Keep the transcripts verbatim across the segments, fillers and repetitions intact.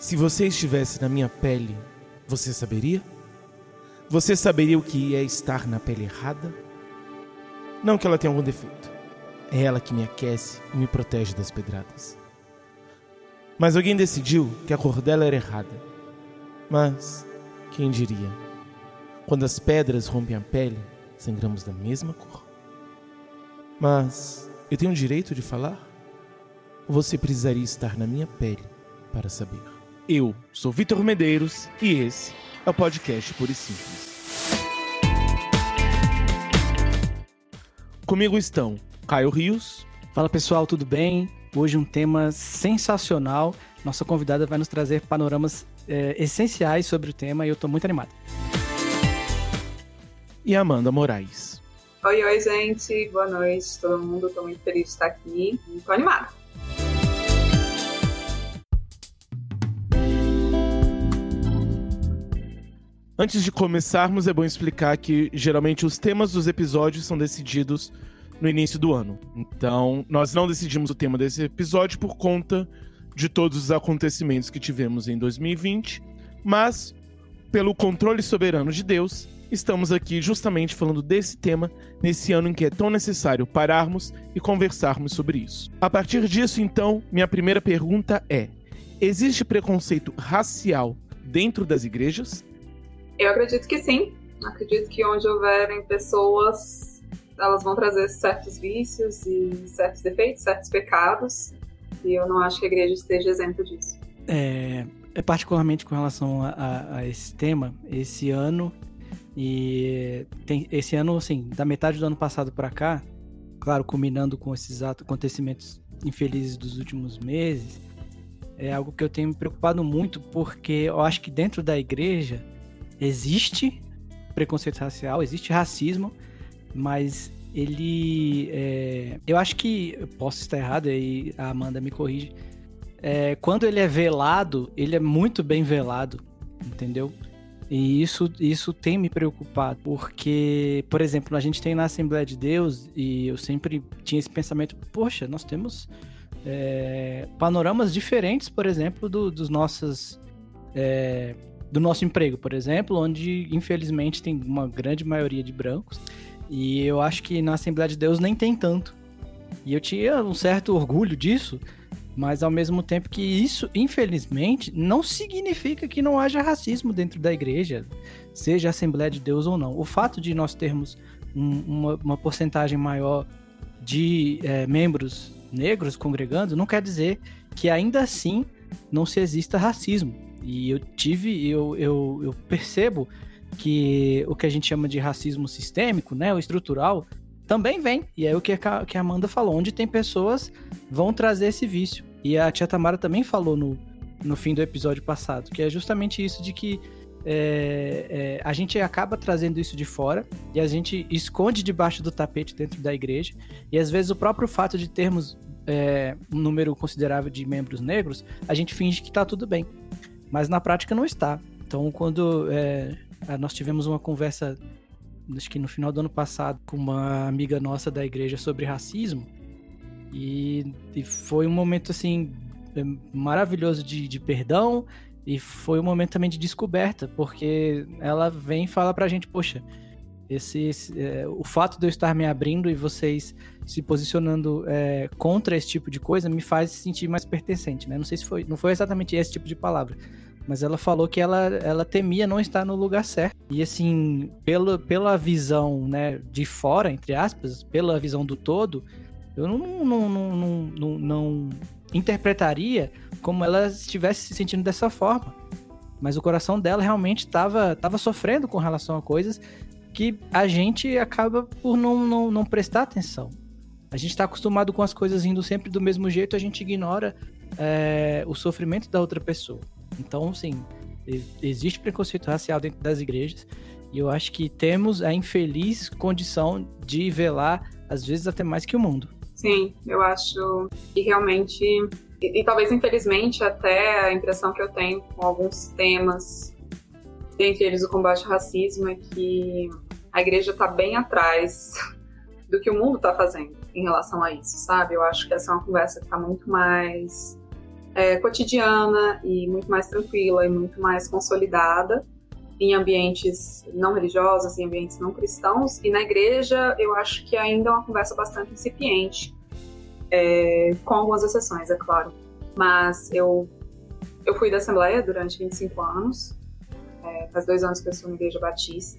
Se você estivesse na minha pele, você saberia? Você saberia o que é estar na pele errada? Não que ela tenha algum defeito. É ela que me aquece e me protege das pedradas. Mas alguém decidiu que a cor dela era errada. Mas, quem diria? Quando as pedras rompem a pele, sangramos da mesma cor. Mas, eu tenho o direito de falar? Ou você precisaria estar na minha pele para saber? Eu sou Vitor Medeiros e esse é o podcast Puro e Simples. Comigo estão Caio Rios. Fala pessoal, tudo bem? Hoje um tema sensacional. Nossa convidada vai nos trazer panoramas é, essenciais sobre o tema e eu estou muito animado. E Amanda Moraes. Oi, oi gente, boa noite todo mundo, estou muito feliz de estar aqui e estou animada. Antes de começarmos, é bom explicar que geralmente os temas dos episódios são decididos no início do ano. Então, nós não decidimos o tema desse episódio por conta de todos os acontecimentos que tivemos em dois mil e vinte, mas, pelo controle soberano de Deus, estamos aqui justamente falando desse tema nesse ano em que é tão necessário pararmos e conversarmos sobre isso. A partir disso, então, minha primeira pergunta é: existe preconceito racial dentro das igrejas? Eu acredito que sim. Acredito que onde houverem pessoas, elas vão trazer certos vícios e certos defeitos, certos pecados. E eu não acho que a igreja esteja exemplo disso. É, é particularmente com relação a, a, a esse tema, esse ano, e tem, esse ano, assim, da metade do ano passado para cá, claro, combinando com esses acontecimentos infelizes dos últimos meses, é algo que eu tenho me preocupado muito, porque eu acho que dentro da igreja existe preconceito racial, existe racismo, mas ele... É, eu acho que... Eu posso estar errado, e a Amanda me corrige. É, quando ele é velado, ele é muito bem velado, entendeu? E isso, isso tem me preocupado, porque, por exemplo, a gente tem na Assembleia de Deus, e eu sempre tinha esse pensamento, poxa, nós temos é, panoramas diferentes, por exemplo, do, dos nossos... É, do nosso emprego, por exemplo, onde infelizmente tem uma grande maioria de brancos, e eu acho que na Assembleia de Deus nem tem tanto. E eu tinha um certo orgulho disso, mas ao mesmo tempo que isso, infelizmente, não significa que não haja racismo dentro da igreja, seja a Assembleia de Deus ou não. O fato de nós termos um, uma, uma porcentagem maior de é, membros negros congregando não quer dizer que ainda assim não se exista racismo. E eu tive, eu, eu, eu percebo que o que a gente chama de racismo sistêmico, né, o estrutural, também vem. E é o que a, que a Amanda falou, onde tem pessoas vão trazer esse vício. E a tia Tamara também falou no, no fim do episódio passado, que é justamente isso de que é, é, a gente acaba trazendo isso de fora e a gente esconde debaixo do tapete dentro da igreja. E às vezes o próprio fato de termos é, um número considerável de membros negros, a gente finge que tá tudo bem. Mas na prática não está. Então, quando é, nós tivemos uma conversa, acho que no final do ano passado, com uma amiga nossa da igreja sobre racismo, e, e foi um momento, assim, maravilhoso de, de perdão, e foi um momento também de descoberta, porque ela vem e fala pra gente, poxa, esse, esse, é, o fato de eu estar me abrindo e vocês se posicionando é, contra esse tipo de coisa me faz sentir mais pertencente, né? Não sei se foi, não foi exatamente esse tipo de palavra, mas ela falou que ela, ela temia não estar no lugar certo. E assim, pelo, pela visão, né, de fora, entre aspas, pela visão do todo, eu não, não, não, não, não, não interpretaria como ela estivesse se sentindo dessa forma. Mas o coração dela realmente estava estava sofrendo com relação a coisas que a gente acaba por não, não, não prestar atenção. A gente está acostumado com as coisas indo sempre do mesmo jeito, a gente ignora é, o sofrimento da outra pessoa. Então, sim, existe preconceito racial dentro das igrejas e eu acho que temos a infeliz condição de velar, às vezes até mais que o mundo. Sim, eu acho que realmente, e, e talvez infelizmente até a impressão que eu tenho com alguns temas, dentre eles o combate ao racismo, é que a igreja está bem atrás do que o mundo está fazendo em relação a isso, sabe? Eu acho que essa é uma conversa que está muito mais é, cotidiana e muito mais tranquila e muito mais consolidada em ambientes não religiosos, em ambientes não cristãos. E na igreja, eu acho que ainda é uma conversa bastante incipiente, é, com algumas exceções, é claro. Mas eu, eu fui da Assembleia durante vinte e cinco anos, é, faz dois anos que eu sou na Igreja Batista,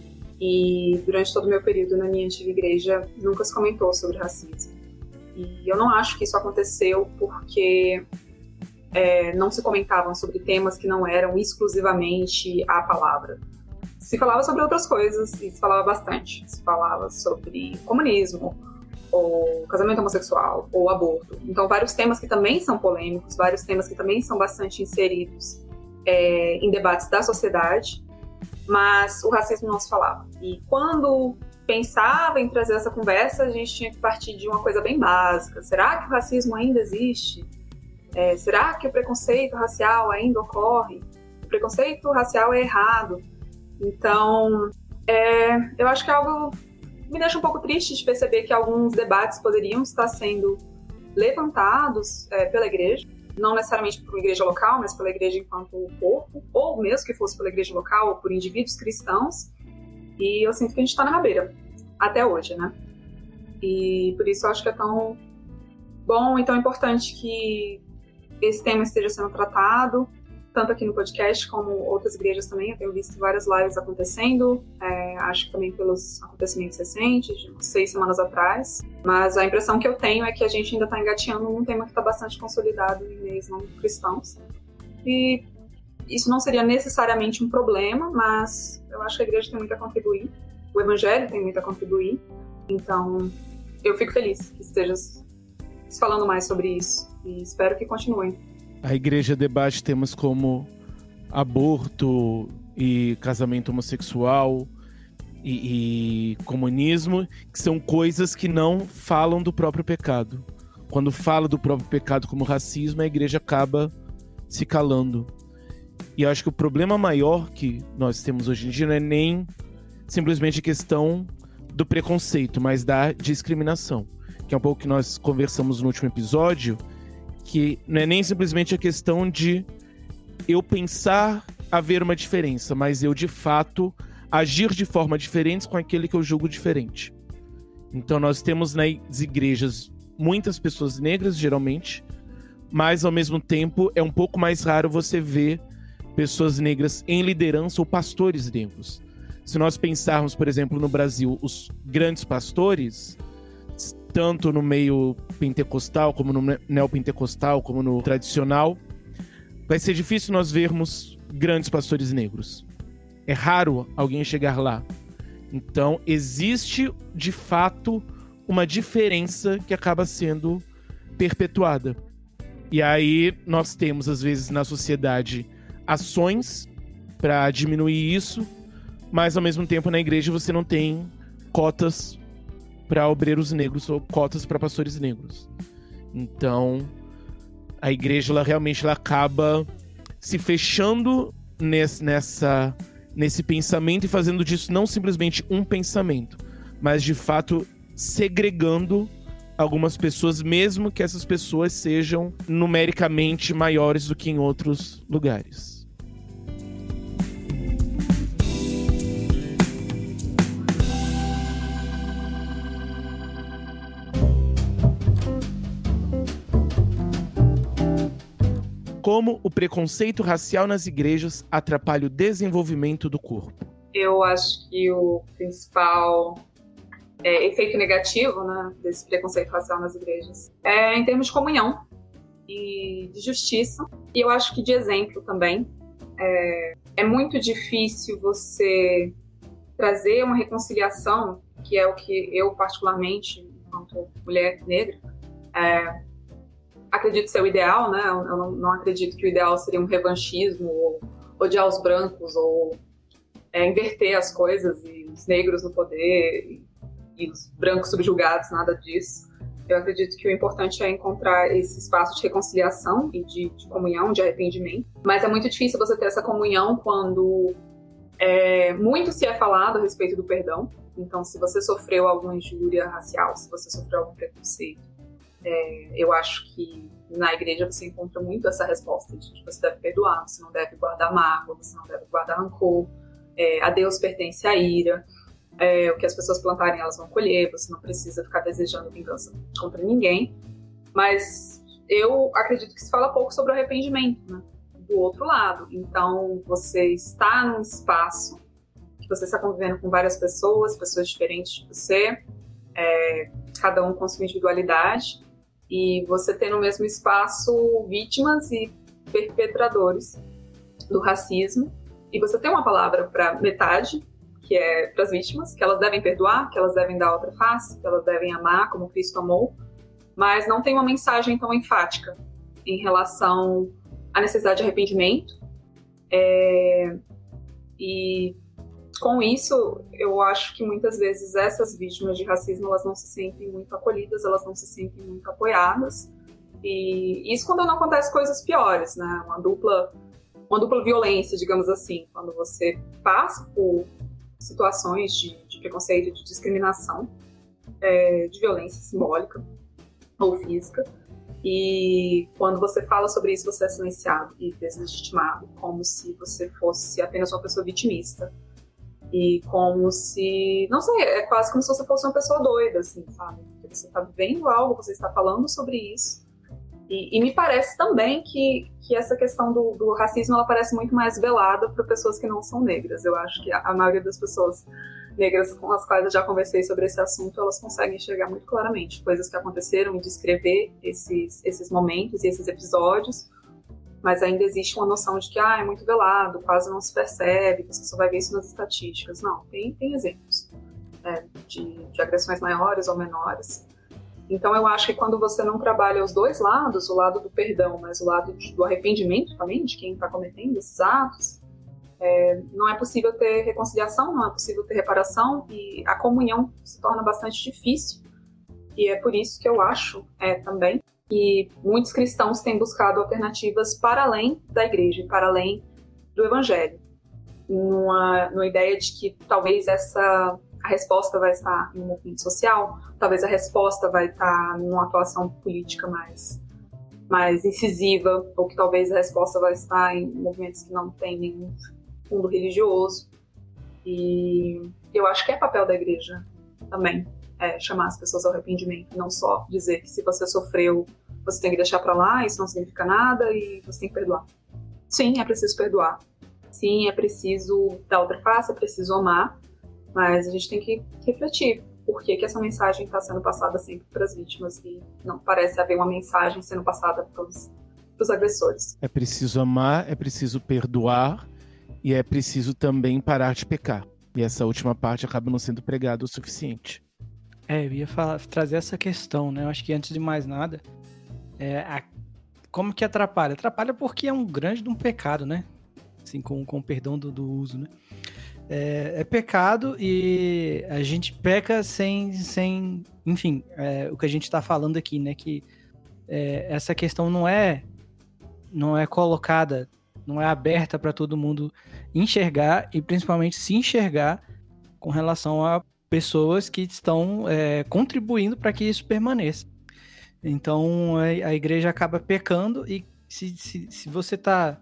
e durante todo o meu período na minha antiga igreja nunca se comentou sobre racismo. E eu não acho que isso aconteceu porque é, não se comentavam sobre temas que não eram exclusivamente a palavra. Se falava sobre outras coisas, e se falava bastante. Se falava sobre comunismo, ou casamento homossexual, ou aborto. Então, vários temas que também são polêmicos, vários temas que também são bastante inseridos é, em debates da sociedade, mas o racismo não se falava. E quando pensava em trazer essa conversa, a gente tinha que partir de uma coisa bem básica. Será que o racismo ainda existe? É, será que o preconceito racial ainda ocorre? O preconceito racial é errado. Então, é, eu acho que é algo que me deixa um pouco triste de perceber que alguns debates poderiam estar sendo levantados é, pela igreja, não necessariamente por uma igreja local, mas pela igreja enquanto corpo, ou mesmo que fosse pela igreja local, ou por indivíduos cristãos, e eu sinto que a gente está na rabeira, até hoje, né? E por isso eu acho que é tão bom e tão importante que esse tema esteja sendo tratado, tanto aqui no podcast como outras igrejas também. Eu tenho visto várias lives acontecendo, é, acho que também pelos acontecimentos recentes, de umas seis semanas atrás. Mas a impressão que eu tenho é que a gente ainda está engateando num tema que está bastante consolidado em meios não cristãos. E isso não seria necessariamente um problema, mas eu acho que a igreja tem muito a contribuir, o evangelho tem muito a contribuir. Então, eu fico feliz que estejas falando mais sobre isso e espero que continuem. A igreja debate temas como aborto e casamento homossexual e, e comunismo, que são coisas que não falam do próprio pecado. Quando fala do próprio pecado como racismo, a igreja acaba se calando. E eu acho que o problema maior que nós temos hoje em dia não é nem simplesmente a questão do preconceito, mas da discriminação, que é um pouco que nós conversamos no último episódio, que não é nem simplesmente a questão de eu pensar haver uma diferença, mas eu, de fato, agir de forma diferente com aquele que eu julgo diferente. Então nós temos nas igrejas muitas pessoas negras, geralmente, mas, ao mesmo tempo, é um pouco mais raro você ver pessoas negras em liderança ou pastores negros. Se nós pensarmos, por exemplo, no Brasil, os grandes pastores, tanto no meio pentecostal, como no neopentecostal, como no tradicional, vai ser difícil nós vermos grandes pastores negros. É raro alguém chegar lá. Então, existe, de fato, uma diferença que acaba sendo perpetuada. E aí, nós temos, às vezes, na sociedade, ações para diminuir isso, mas, ao mesmo tempo, na igreja você não tem cotas para obreiros negros ou cotas para pastores negros. Então, a igreja ela realmente ela acaba se fechando nesse, nessa, nesse pensamento e fazendo disso não simplesmente um pensamento, mas de fato segregando algumas pessoas, mesmo que essas pessoas sejam numericamente maiores do que em outros lugares. Como o preconceito racial nas igrejas atrapalha o desenvolvimento do corpo? Eu acho que o principal é, efeito negativo, né, desse preconceito racial nas igrejas é em termos de comunhão e de justiça. E eu acho que de exemplo também. É, é muito difícil você trazer uma reconciliação, que é o que eu, particularmente, enquanto mulher negra, é, acredito ser o ideal, né? Eu não, não acredito que o ideal seria um revanchismo, ou odiar os brancos, ou é, inverter as coisas, e os negros no poder, e, e os brancos subjugados, nada disso. Eu acredito que o importante é encontrar esse espaço de reconciliação e de, de comunhão, de arrependimento. Mas é muito difícil você ter essa comunhão quando é, muito se é falado a respeito do perdão. Então, se você sofreu alguma injúria racial, se você sofreu algum preconceito, É, eu acho que na igreja você encontra muito essa resposta de que você deve perdoar, você não deve guardar mágoa, você não deve guardar rancor, é, a Deus pertence a ira, é, o que as pessoas plantarem elas vão colher, você não precisa ficar desejando vingança contra ninguém, mas eu acredito que se fala pouco sobre o arrependimento, né, do outro lado. Então você está num espaço que você está convivendo com várias pessoas, pessoas diferentes de você, é, cada um com sua individualidade, e você tem no mesmo espaço vítimas e perpetradores do racismo, e você tem uma palavra para metade, que é para as vítimas, que elas devem perdoar, que elas devem dar outra face, que elas devem amar como Cristo amou, mas não tem uma mensagem tão enfática em relação à necessidade de arrependimento. É, e com isso, eu acho que muitas vezes essas vítimas de racismo, elas não se sentem muito acolhidas, elas não se sentem muito apoiadas. E isso quando não acontece coisas piores, né? Uma dupla, uma dupla violência, digamos assim, quando você passa por situações de, de preconceito, de discriminação, é, de violência simbólica ou física, e quando você fala sobre isso, você é silenciado e deslegitimado, como se você fosse apenas uma pessoa vitimista. E como se, não sei, é quase como se você fosse uma pessoa doida, assim, sabe? Porque você está vivendo algo, você está falando sobre isso. E, e me parece também que, que essa questão do, do racismo, ela parece muito mais velada para pessoas que não são negras. Eu acho que a, a maioria das pessoas negras com as quais eu já conversei sobre esse assunto, elas conseguem enxergar muito claramente coisas que aconteceram e descrever esses, esses momentos e esses episódios. Mas ainda existe uma noção de que ah, é muito velado, quase não se percebe, você só vai ver isso nas estatísticas. Não, tem, tem exemplos é, de, de agressões maiores ou menores. Então eu acho que quando você não trabalha os dois lados, o lado do perdão, mas o lado de, do arrependimento também, de quem está cometendo esses atos, é, não é possível ter reconciliação, não é possível ter reparação, e a comunhão se torna bastante difícil. E é por isso que eu acho é, também que muitos cristãos têm buscado alternativas para além da igreja, para além do evangelho, numa, numa ideia de que talvez essa, a resposta vai estar no movimento social, talvez a resposta vai estar numa atuação política mais, mais incisiva, ou que talvez a resposta vai estar em movimentos que não têm nenhum fundo religioso. E eu acho que é papel da igreja também É, chamar as pessoas ao arrependimento, não só dizer que se você sofreu, você tem que deixar pra lá, isso não significa nada e você tem que perdoar. Sim, é preciso perdoar. Sim, é preciso dar outra face, é preciso amar, mas a gente tem que refletir por que, que essa mensagem está sendo passada sempre para as vítimas e não parece haver uma mensagem sendo passada para os agressores. É preciso amar, é preciso perdoar e é preciso também parar de pecar. E essa última parte acaba não sendo pregada o suficiente. É, eu ia falar, trazer essa questão, né? Eu acho que antes de mais nada, é, a, como que atrapalha? Atrapalha porque é um grande de um pecado, né? Assim, com, com o perdão do, do uso, né? É, é pecado e a gente peca sem, sem enfim, é, o que a gente está falando aqui, né? Que é, essa questão não é, não é colocada, não é aberta para todo mundo enxergar e principalmente se enxergar com relação a pessoas que estão é, contribuindo para que isso permaneça. Então, a, a igreja acaba pecando e se, se, se você está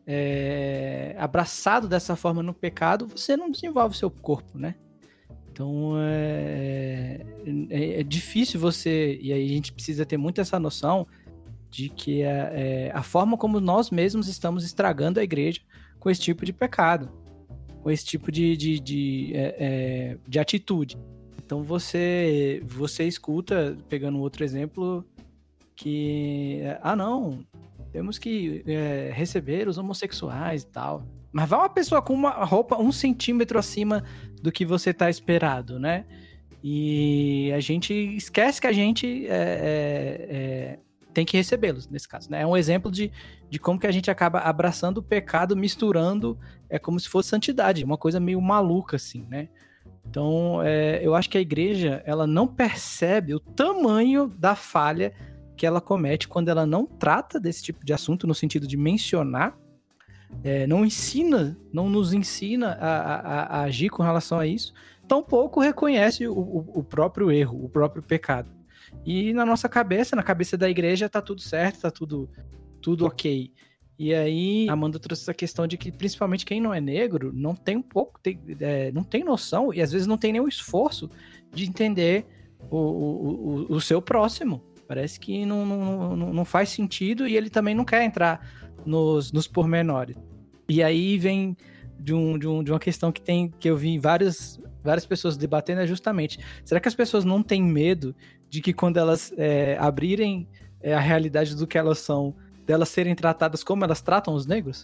é, abraçado dessa forma no pecado, você não desenvolve o seu corpo, né? Então, é, é, é difícil você... E aí a gente precisa ter muito essa noção de que a, é, a forma como nós mesmos estamos estragando a igreja com esse tipo de pecado, com esse tipo de, de, de, é, é, de atitude. Então você, você escuta, pegando outro exemplo, que, ah não, temos que é, receber os homossexuais e tal. Mas vai uma pessoa com uma roupa um centímetro acima do que você tá esperado, né? E a gente esquece que a gente é, é, é, tem que recebê-los, nesse caso, né? É um exemplo de, de como que a gente acaba abraçando o pecado, misturando, é como se fosse santidade, uma coisa meio maluca, assim, né? Então, é, eu acho que a igreja, ela não percebe o tamanho da falha que ela comete quando ela não trata desse tipo de assunto, no sentido de mencionar, é, não ensina, não nos ensina a, a, a agir com relação a isso, tampouco reconhece o, o, o próprio erro, o próprio pecado. E na nossa cabeça, na cabeça da igreja, tá tudo certo, tá tudo, tudo ok. E aí, a Amanda trouxe essa questão de que, principalmente quem não é negro, não tem um pouco, tem, é, não tem noção, e às vezes não tem nenhum esforço de entender o, o, o, o seu próximo. Parece que não, não, não, não faz sentido, e ele também não quer entrar nos, nos pormenores. E aí vem de, um, de, um, de uma questão que, tem, que eu vi várias, várias pessoas debatendo, é justamente, será que as pessoas não têm medo de que quando elas é, abrirem é, a realidade do que elas são, delas serem tratadas como elas tratam os negros?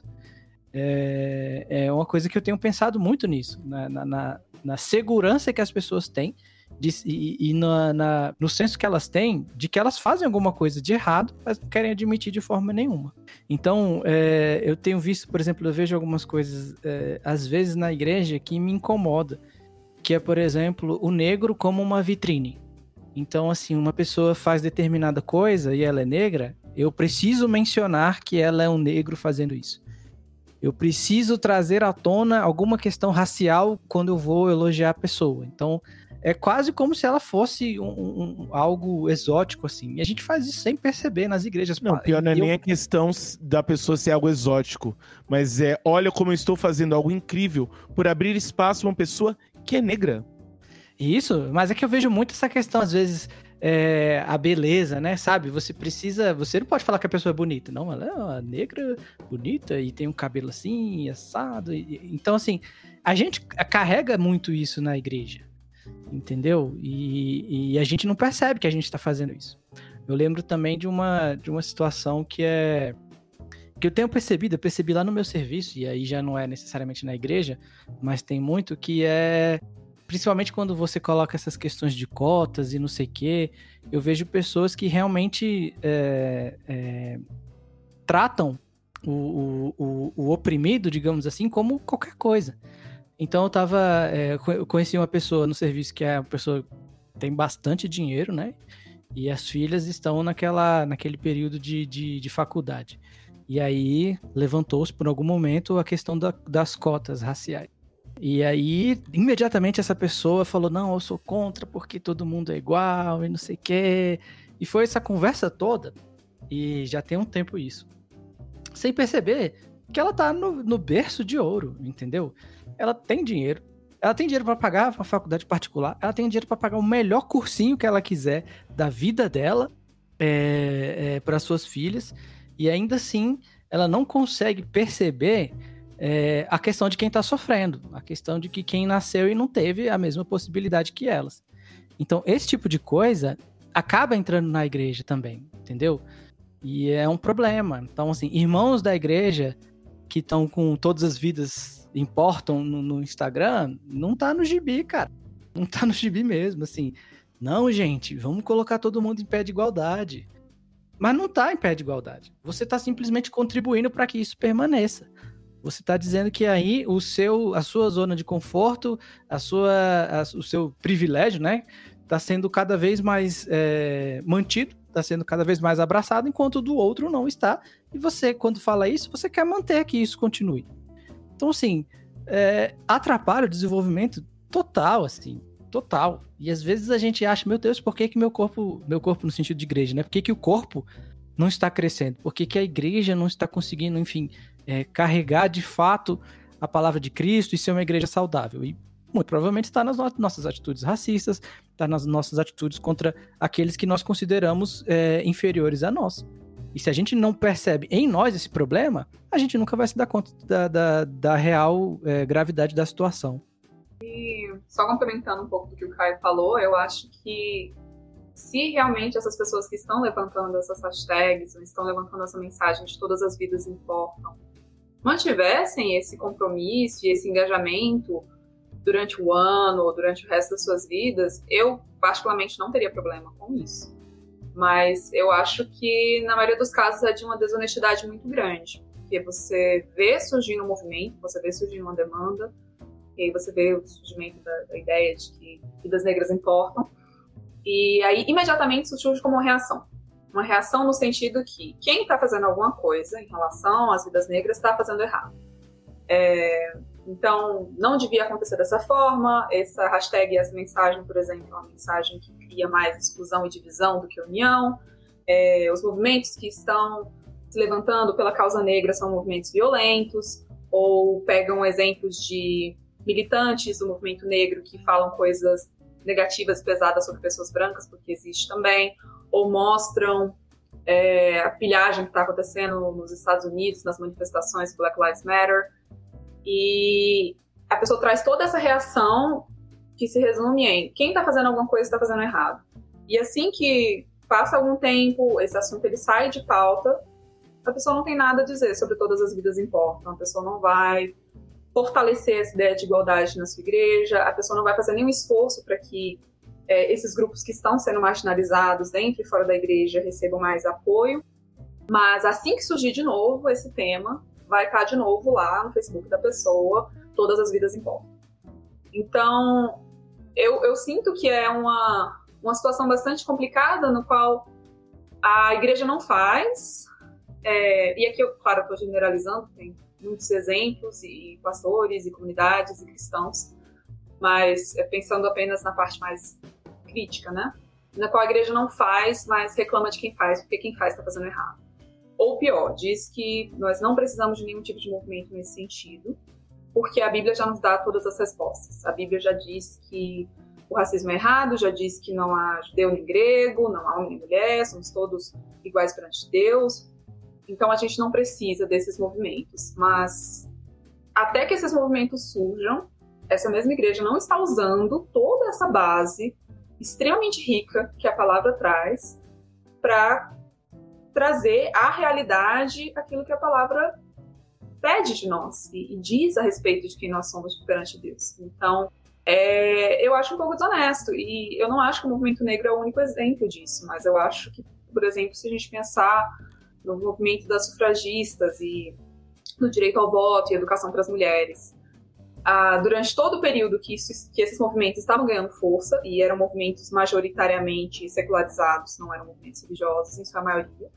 É, é uma coisa que eu tenho pensado muito nisso, na, na, na segurança que as pessoas têm de, e, e na, na, no senso que elas têm de que elas fazem alguma coisa de errado, mas não querem admitir de forma nenhuma. Então, é, eu tenho visto, por exemplo, eu vejo algumas coisas, é, às vezes na igreja, que me incomoda, que é, por exemplo, o negro como uma vitrine. Então, assim, uma pessoa faz determinada coisa e ela é negra, eu preciso mencionar que ela é um negro fazendo isso. Eu preciso trazer à tona alguma questão racial quando eu vou elogiar a pessoa. Então, é quase como se ela fosse um, um, algo exótico, assim. E a gente faz isso sem perceber nas igrejas. Não, pior não é eu... nem a questão da pessoa ser algo exótico, mas é, olha como eu estou fazendo algo incrível por abrir espaço a uma pessoa que é negra. Isso, mas é que eu vejo muito essa questão, às vezes, é, a beleza, né, sabe? Você precisa, você não pode falar que a pessoa é bonita, não, ela é uma negra, bonita, e tem um cabelo assim, assado, e, então, assim, a gente carrega muito isso na igreja, entendeu? E, e a gente não percebe que a gente está fazendo isso. Eu lembro também de uma, de uma situação que é... que eu tenho percebido, eu percebi lá no meu serviço, e aí já não é necessariamente na igreja, mas tem muito, que é... principalmente quando você coloca essas questões de cotas e não sei o quê, eu vejo pessoas que realmente é, é, tratam o, o, o, o oprimido, digamos assim, como qualquer coisa. Então eu tava, é, eu conheci uma pessoa no serviço que é uma pessoa que tem bastante dinheiro, né? E as filhas estão naquela, naquele período de, de, de faculdade. E aí levantou-se por algum momento a questão da, das cotas raciais. E aí, imediatamente essa pessoa falou, não, eu sou contra porque todo mundo é igual e não sei o quê. E foi essa conversa toda, e já tem um tempo isso, sem perceber que ela tá no, no berço de ouro, entendeu? Ela tem dinheiro, ela tem dinheiro para pagar uma faculdade particular, ela tem dinheiro para pagar o melhor cursinho que ela quiser da vida dela é, é, para suas filhas, e ainda assim ela não consegue perceber É, a questão de quem está sofrendo, a questão de que quem nasceu e não teve a mesma possibilidade que elas. Então, esse tipo de coisa acaba entrando na igreja também, entendeu? E é um problema. Então, assim, irmãos da igreja que estão com todas as vidas importam no, no Instagram, não tá no gibi, cara. Não tá no gibi mesmo, assim. Não, gente, vamos colocar todo mundo em pé de igualdade. Mas não tá em pé de igualdade. Você tá simplesmente contribuindo para que isso permaneça. Você está dizendo que aí o seu, a sua zona de conforto, a sua, a, o seu privilégio, né, está sendo cada vez mais é, mantido, está sendo cada vez mais abraçado, enquanto o do outro não está. E você, quando fala isso, você quer manter que isso continue. Então, assim, é, atrapalha o desenvolvimento total, assim, total. E às vezes a gente acha, meu Deus, por que que meu corpo, meu corpo no sentido de igreja, né? Por que que o corpo não está crescendo? Por que que a igreja não está conseguindo, enfim... É, carregar de fato a palavra de Cristo e ser uma igreja saudável. E muito provavelmente está nas no- nossas atitudes racistas, está nas nossas atitudes contra aqueles que nós consideramos é, inferiores a nós. E se a gente não percebe em nós esse problema, a gente nunca vai se dar conta da, da, da real é, gravidade da situação. E só complementando um pouco do que o Caio falou, eu acho que se realmente essas pessoas que estão levantando essas hashtags, ou estão levantando essa mensagem de todas as vidas importam, mantivessem esse compromisso e esse engajamento durante o ano ou durante o resto das suas vidas, eu particularmente não teria problema com isso. Mas eu acho que na maioria dos casos é de uma desonestidade muito grande, porque você vê surgindo um movimento, você vê surgindo uma demanda, e aí você vê o surgimento da, da ideia de que vidas negras importam, e aí imediatamente isso surge como uma reação. Uma reação no sentido que quem está fazendo alguma coisa em relação às vidas negras está fazendo errado. É, Então, não devia acontecer dessa forma. Essa hashtag, essa mensagem, por exemplo, é uma mensagem que cria mais exclusão e divisão do que união. É, os movimentos que estão se levantando pela causa negra são movimentos violentos, ou pegam exemplos de militantes do movimento negro que falam coisas negativas e pesadas sobre pessoas brancas, porque existe também, ou mostram é, a pilhagem que está acontecendo nos Estados Unidos, nas manifestações Black Lives Matter, e a pessoa traz toda essa reação que se resume em quem está fazendo alguma coisa está fazendo errado. E assim que passa algum tempo, esse assunto ele sai de pauta, a pessoa não tem nada a dizer sobre todas as vidas importam, a pessoa não vai fortalecer essa ideia de igualdade na sua igreja, a pessoa não vai fazer nenhum esforço para que é, esses grupos que estão sendo marginalizados dentro e fora da igreja recebam mais apoio. Mas assim que surgir de novo esse tema, vai estar de novo lá no Facebook da pessoa, todas as vidas importam. Então, eu, eu sinto que é uma, uma situação bastante complicada, no qual a igreja não faz, é, e aqui, eu, claro, estou generalizando, tem muitos exemplos, e pastores, e comunidades, e cristãos, mas é, pensando apenas na parte mais crítica, né? Na qual a igreja não faz, mas reclama de quem faz, porque quem faz está fazendo errado. Ou pior, diz que nós não precisamos de nenhum tipo de movimento nesse sentido, porque a Bíblia já nos dá todas as respostas. A Bíblia já diz que o racismo é errado, já diz que não há judeu nem grego, não há homem nem mulher, somos todos iguais perante Deus. Então a gente não precisa desses movimentos. Mas até que esses movimentos surjam, essa mesma igreja não está usando toda essa base extremamente rica que a palavra traz para trazer à realidade aquilo que a palavra pede de nós e, e diz a respeito de quem nós somos perante Deus. Então, é, eu acho um pouco desonesto, e eu não acho que o movimento negro é o único exemplo disso, mas eu acho que, por exemplo, se a gente pensar no movimento das sufragistas e no direito ao voto e educação para as mulheres, ah, durante todo o período que, isso, que esses movimentos estavam ganhando força, e eram movimentos majoritariamente secularizados, não eram movimentos religiosos, em sua maioria,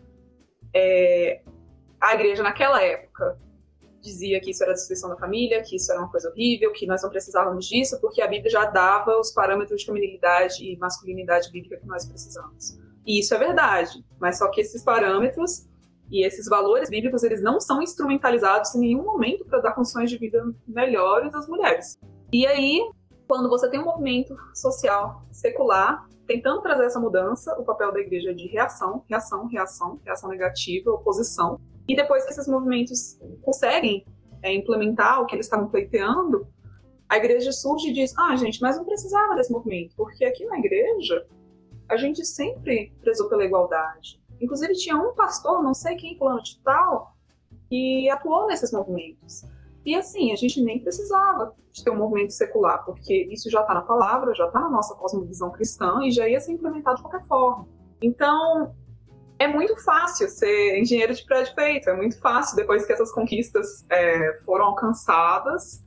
é, a igreja naquela época dizia que isso era a destruição da família, que isso era uma coisa horrível, que nós não precisávamos disso, porque a Bíblia já dava os parâmetros de feminilidade e masculinidade bíblica que nós precisamos. E isso é verdade, mas só que esses parâmetros e esses valores bíblicos, eles não são instrumentalizados em nenhum momento para dar condições de vida melhores às mulheres. E aí, quando você tem um movimento social secular tentando trazer essa mudança, o papel da igreja é de reação, reação, reação, reação negativa, oposição. E depois que esses movimentos conseguem é, implementar o que eles estavam pleiteando, a igreja surge e diz, ah, gente, mas não precisava desse movimento, porque aqui na igreja a gente sempre prezou pela igualdade. Inclusive tinha um pastor, não sei quem, fulano de tal, que atuou nesses movimentos. E assim, a gente nem precisava de ter um movimento secular, porque isso já está na palavra, já está na nossa cosmovisão cristã e já ia ser implementado de qualquer forma. Então, é muito fácil ser engenheiro de prédio feito, é muito fácil, depois que essas conquistas é, foram alcançadas,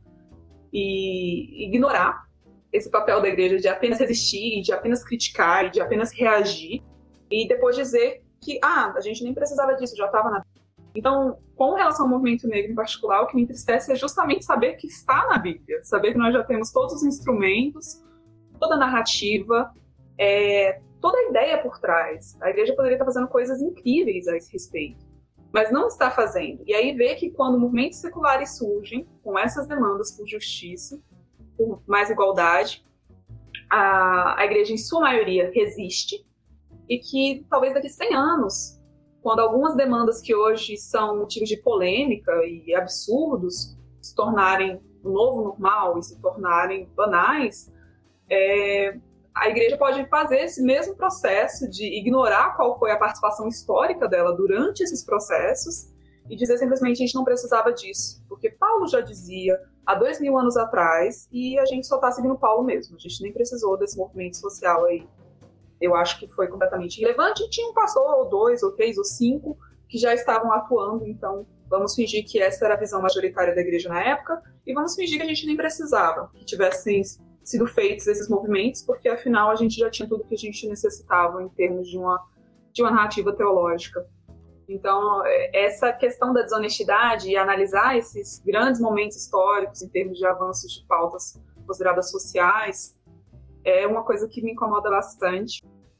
e ignorar esse papel da igreja de apenas resistir, de apenas criticar, de apenas reagir, e depois dizer que, ah, a gente nem precisava disso, já estava na... Então, com relação ao movimento negro em particular, o que me entristece é justamente saber que está na Bíblia, saber que nós já temos todos os instrumentos, toda a narrativa, é, toda a ideia por trás. A igreja poderia estar fazendo coisas incríveis a esse respeito, mas não está fazendo. E aí vê que quando movimentos seculares surgem, com essas demandas por justiça, por mais igualdade, a, a igreja, em sua maioria, resiste, e que talvez daqui a cem anos, quando algumas demandas que hoje são motivos de polêmica e absurdos se tornarem o novo normal e se tornarem banais, é, a igreja pode fazer esse mesmo processo de ignorar qual foi a participação histórica dela durante esses processos e dizer simplesmente a gente não precisava disso, porque Paulo já dizia há dois mil anos atrás e a gente só está seguindo Paulo mesmo, a gente nem precisou desse movimento social aí. Eu acho que foi completamente irrelevante. Tinha um pastor, ou dois, ou três, ou cinco, que já estavam atuando. Então, vamos fingir que essa era a visão majoritária da igreja na época, e vamos fingir que a gente nem precisava que tivessem sido feitos esses movimentos, porque, afinal, a gente já tinha tudo que a gente necessitava em termos de uma, de uma narrativa teológica. Então, essa questão da desonestidade e analisar esses grandes momentos históricos em termos de avanços de pautas consideradas sociais é uma coisa que me incomoda bastante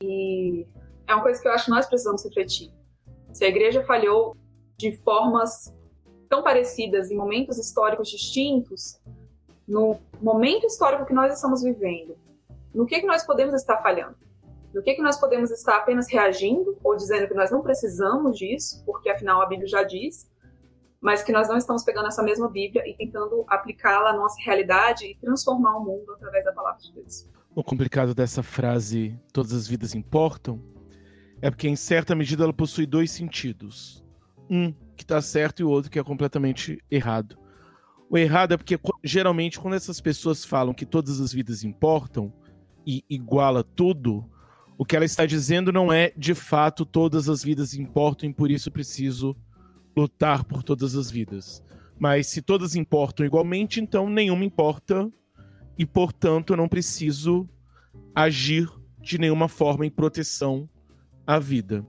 e é uma coisa que eu acho que nós precisamos refletir. Se a igreja falhou de formas tão parecidas em momentos históricos distintos, no momento histórico que nós estamos vivendo, no que, que nós podemos estar falhando? No que, que nós podemos estar apenas reagindo ou dizendo que nós não precisamos disso, porque afinal a Bíblia já diz, mas que nós não estamos pegando essa mesma Bíblia e tentando aplicá-la à nossa realidade e transformar o mundo através da palavra de Deus. O complicado dessa frase, todas as vidas importam, é porque em certa medida ela possui dois sentidos. Um que está certo e o outro que é completamente errado. O errado é porque geralmente quando essas pessoas falam que todas as vidas importam e iguala tudo, o que ela está dizendo não é, de fato, todas as vidas importam e por isso preciso lutar por todas as vidas. Mas se todas importam igualmente, então nenhuma importa e, portanto, eu não preciso agir de nenhuma forma em proteção à vida.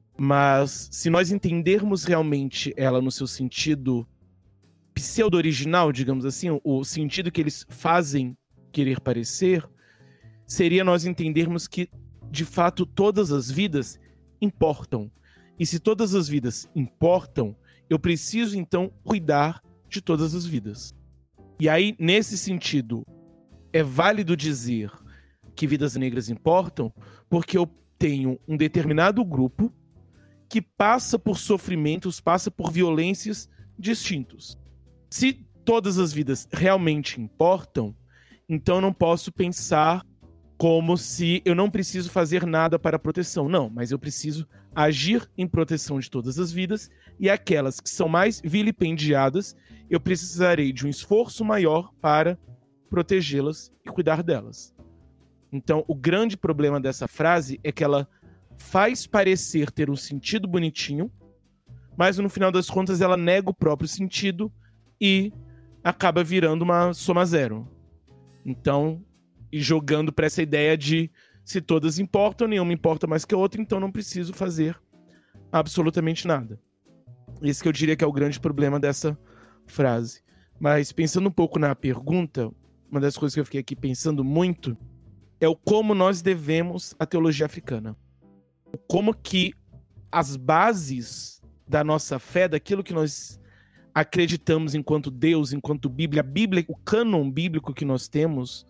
Mas se nós entendermos realmente ela no seu sentido pseudo-original, digamos assim, o sentido que eles fazem querer parecer, seria nós entendermos que de fato, todas as vidas importam. E se todas as vidas importam, eu preciso, então, cuidar de todas as vidas. E aí, nesse sentido, é válido dizer que vidas negras importam porque eu tenho um determinado grupo que passa por sofrimentos, passa por violências distintos. Se todas as vidas realmente importam, então eu não posso pensar como se eu não preciso fazer nada para a proteção. Não, mas eu preciso agir em proteção de todas as vidas e aquelas que são mais vilipendiadas, eu precisarei de um esforço maior para protegê-las e cuidar delas. Então, o grande problema dessa frase é que ela faz parecer ter um sentido bonitinho, mas no final das contas ela nega o próprio sentido e acaba virando uma soma zero. Então, e jogando para essa ideia de se todas importam, nenhuma importa mais que a outra, então não preciso fazer absolutamente nada. Esse que eu diria que é o grande problema dessa frase. Mas pensando um pouco na pergunta, uma das coisas que eu fiquei aqui pensando muito é o como nós devemos a teologia africana. Como que as bases da nossa fé, daquilo que nós acreditamos enquanto Deus, enquanto Bíblia, a Bíblia, o cânon bíblico que nós temos,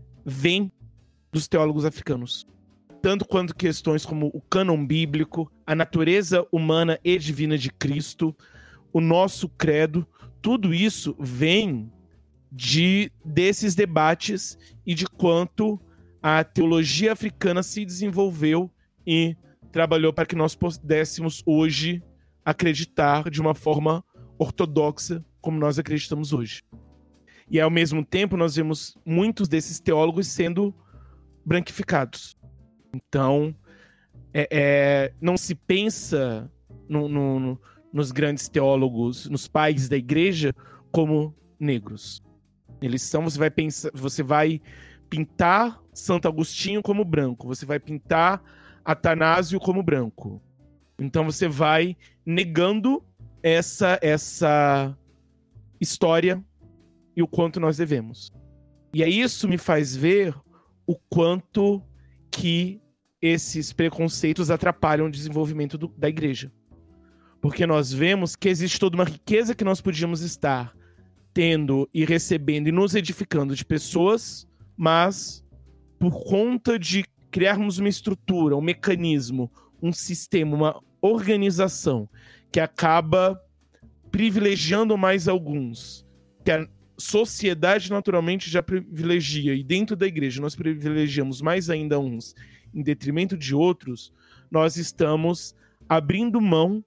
vem dos teólogos africanos. Tanto quanto questões como o cânon bíblico, a natureza humana e divina de Cristo, o nosso credo, tudo isso vem de, desses debates e de quanto a teologia africana se desenvolveu e trabalhou para que nós pudéssemos hoje acreditar de uma forma ortodoxa como nós acreditamos hoje. E ao mesmo tempo nós vemos muitos desses teólogos sendo branquificados. Então, é, é, não se pensa no, no, no, nos grandes teólogos, nos pais da igreja, como negros. Eles são, você vai pensar, você vai pintar Santo Agostinho como branco, você vai pintar Atanásio como branco. Então você vai negando essa, essa história e o quanto nós devemos. E aí isso me faz ver o quanto que esses preconceitos atrapalham o desenvolvimento do, da igreja. Porque nós vemos que existe toda uma riqueza que nós podíamos estar tendo e recebendo e nos edificando de pessoas, mas por conta de criarmos uma estrutura, um mecanismo, um sistema, uma organização que acaba privilegiando mais alguns, que a sociedade naturalmente já privilegia, e dentro da igreja nós privilegiamos mais ainda uns em detrimento de outros, nós estamos abrindo mão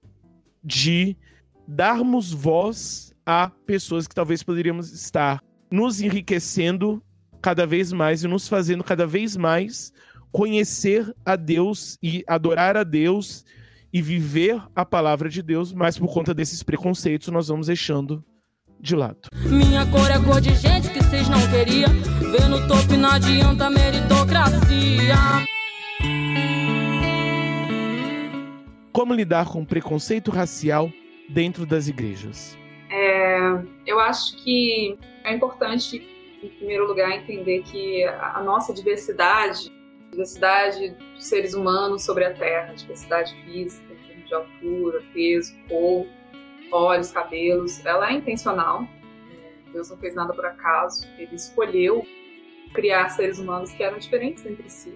de darmos voz a pessoas que talvez poderíamos estar nos enriquecendo cada vez mais e nos fazendo cada vez mais conhecer a Deus e adorar a Deus e viver a palavra de Deus, mas por conta desses preconceitos nós vamos deixando de lado. Minha cor é cor de gente que vocês não queriam ver no topo e não adianta meritocracia. Como lidar com preconceito racial dentro das igrejas? É, eu acho que é importante, em primeiro lugar, entender que a nossa diversidade, diversidade dos seres humanos sobre a Terra, diversidade física, em termos de altura, peso, cor, olhos, cabelos, ela é intencional. Deus não fez nada por acaso. Ele escolheu criar seres humanos que eram diferentes entre si.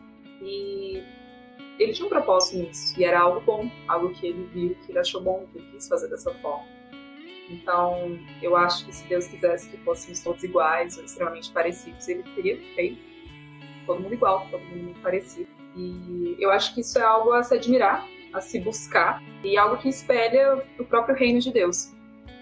E ele tinha um propósito nisso. E era algo bom, algo que ele viu, que ele achou bom, que ele quis fazer dessa forma. Então, eu acho que se Deus quisesse que fôssemos todos iguais ou extremamente parecidos, ele teria feito todo mundo igual, todo mundo muito parecido. E eu acho que isso é algo a se admirar, a se buscar, e algo que espelha o próprio reino de Deus.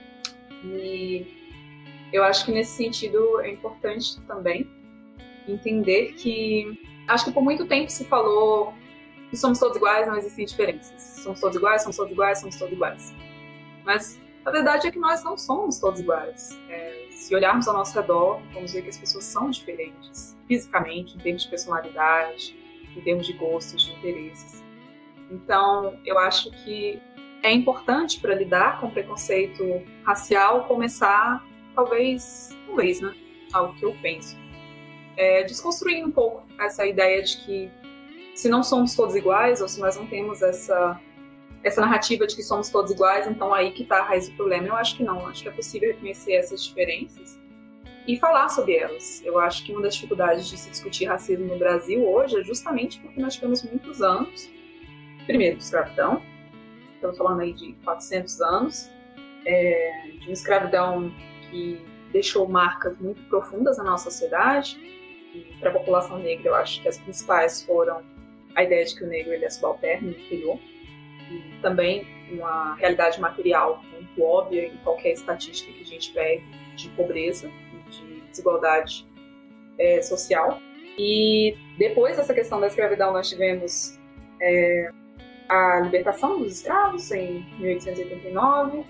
E eu acho que nesse sentido é importante também entender que, acho que por muito tempo se falou que somos todos iguais, não existem diferenças. Somos todos iguais, somos todos iguais, somos todos iguais. Mas a verdade é que nós não somos todos iguais. É, se olharmos ao nosso redor, vamos ver que as pessoas são diferentes, fisicamente, em termos de personalidade, em termos de gostos, de interesses. Então, eu acho que é importante para lidar com preconceito racial começar, talvez, talvez, né? Algo que eu penso. É, desconstruindo um pouco essa ideia de que se não somos todos iguais, ou se nós não temos essa, essa narrativa de que somos todos iguais, então aí que está a raiz do problema. Eu acho que não. Acho que é possível reconhecer essas diferenças e falar sobre elas. Eu acho que uma das dificuldades de se discutir racismo no Brasil hoje é justamente porque nós tivemos muitos anos, primeiro, de escravidão, estamos falando aí de quatrocentos anos, é, de uma escravidão que deixou marcas muito profundas na nossa sociedade. E para a população negra, eu acho que as principais foram a ideia de que o negro ele é subalterno, inferior, e também uma realidade material muito óbvia em qualquer estatística que a gente pegue de pobreza e de desigualdade é, social. E depois dessa questão da escravidão, nós tivemos é, a libertação dos escravos em mil oitocentos e oitenta e nove,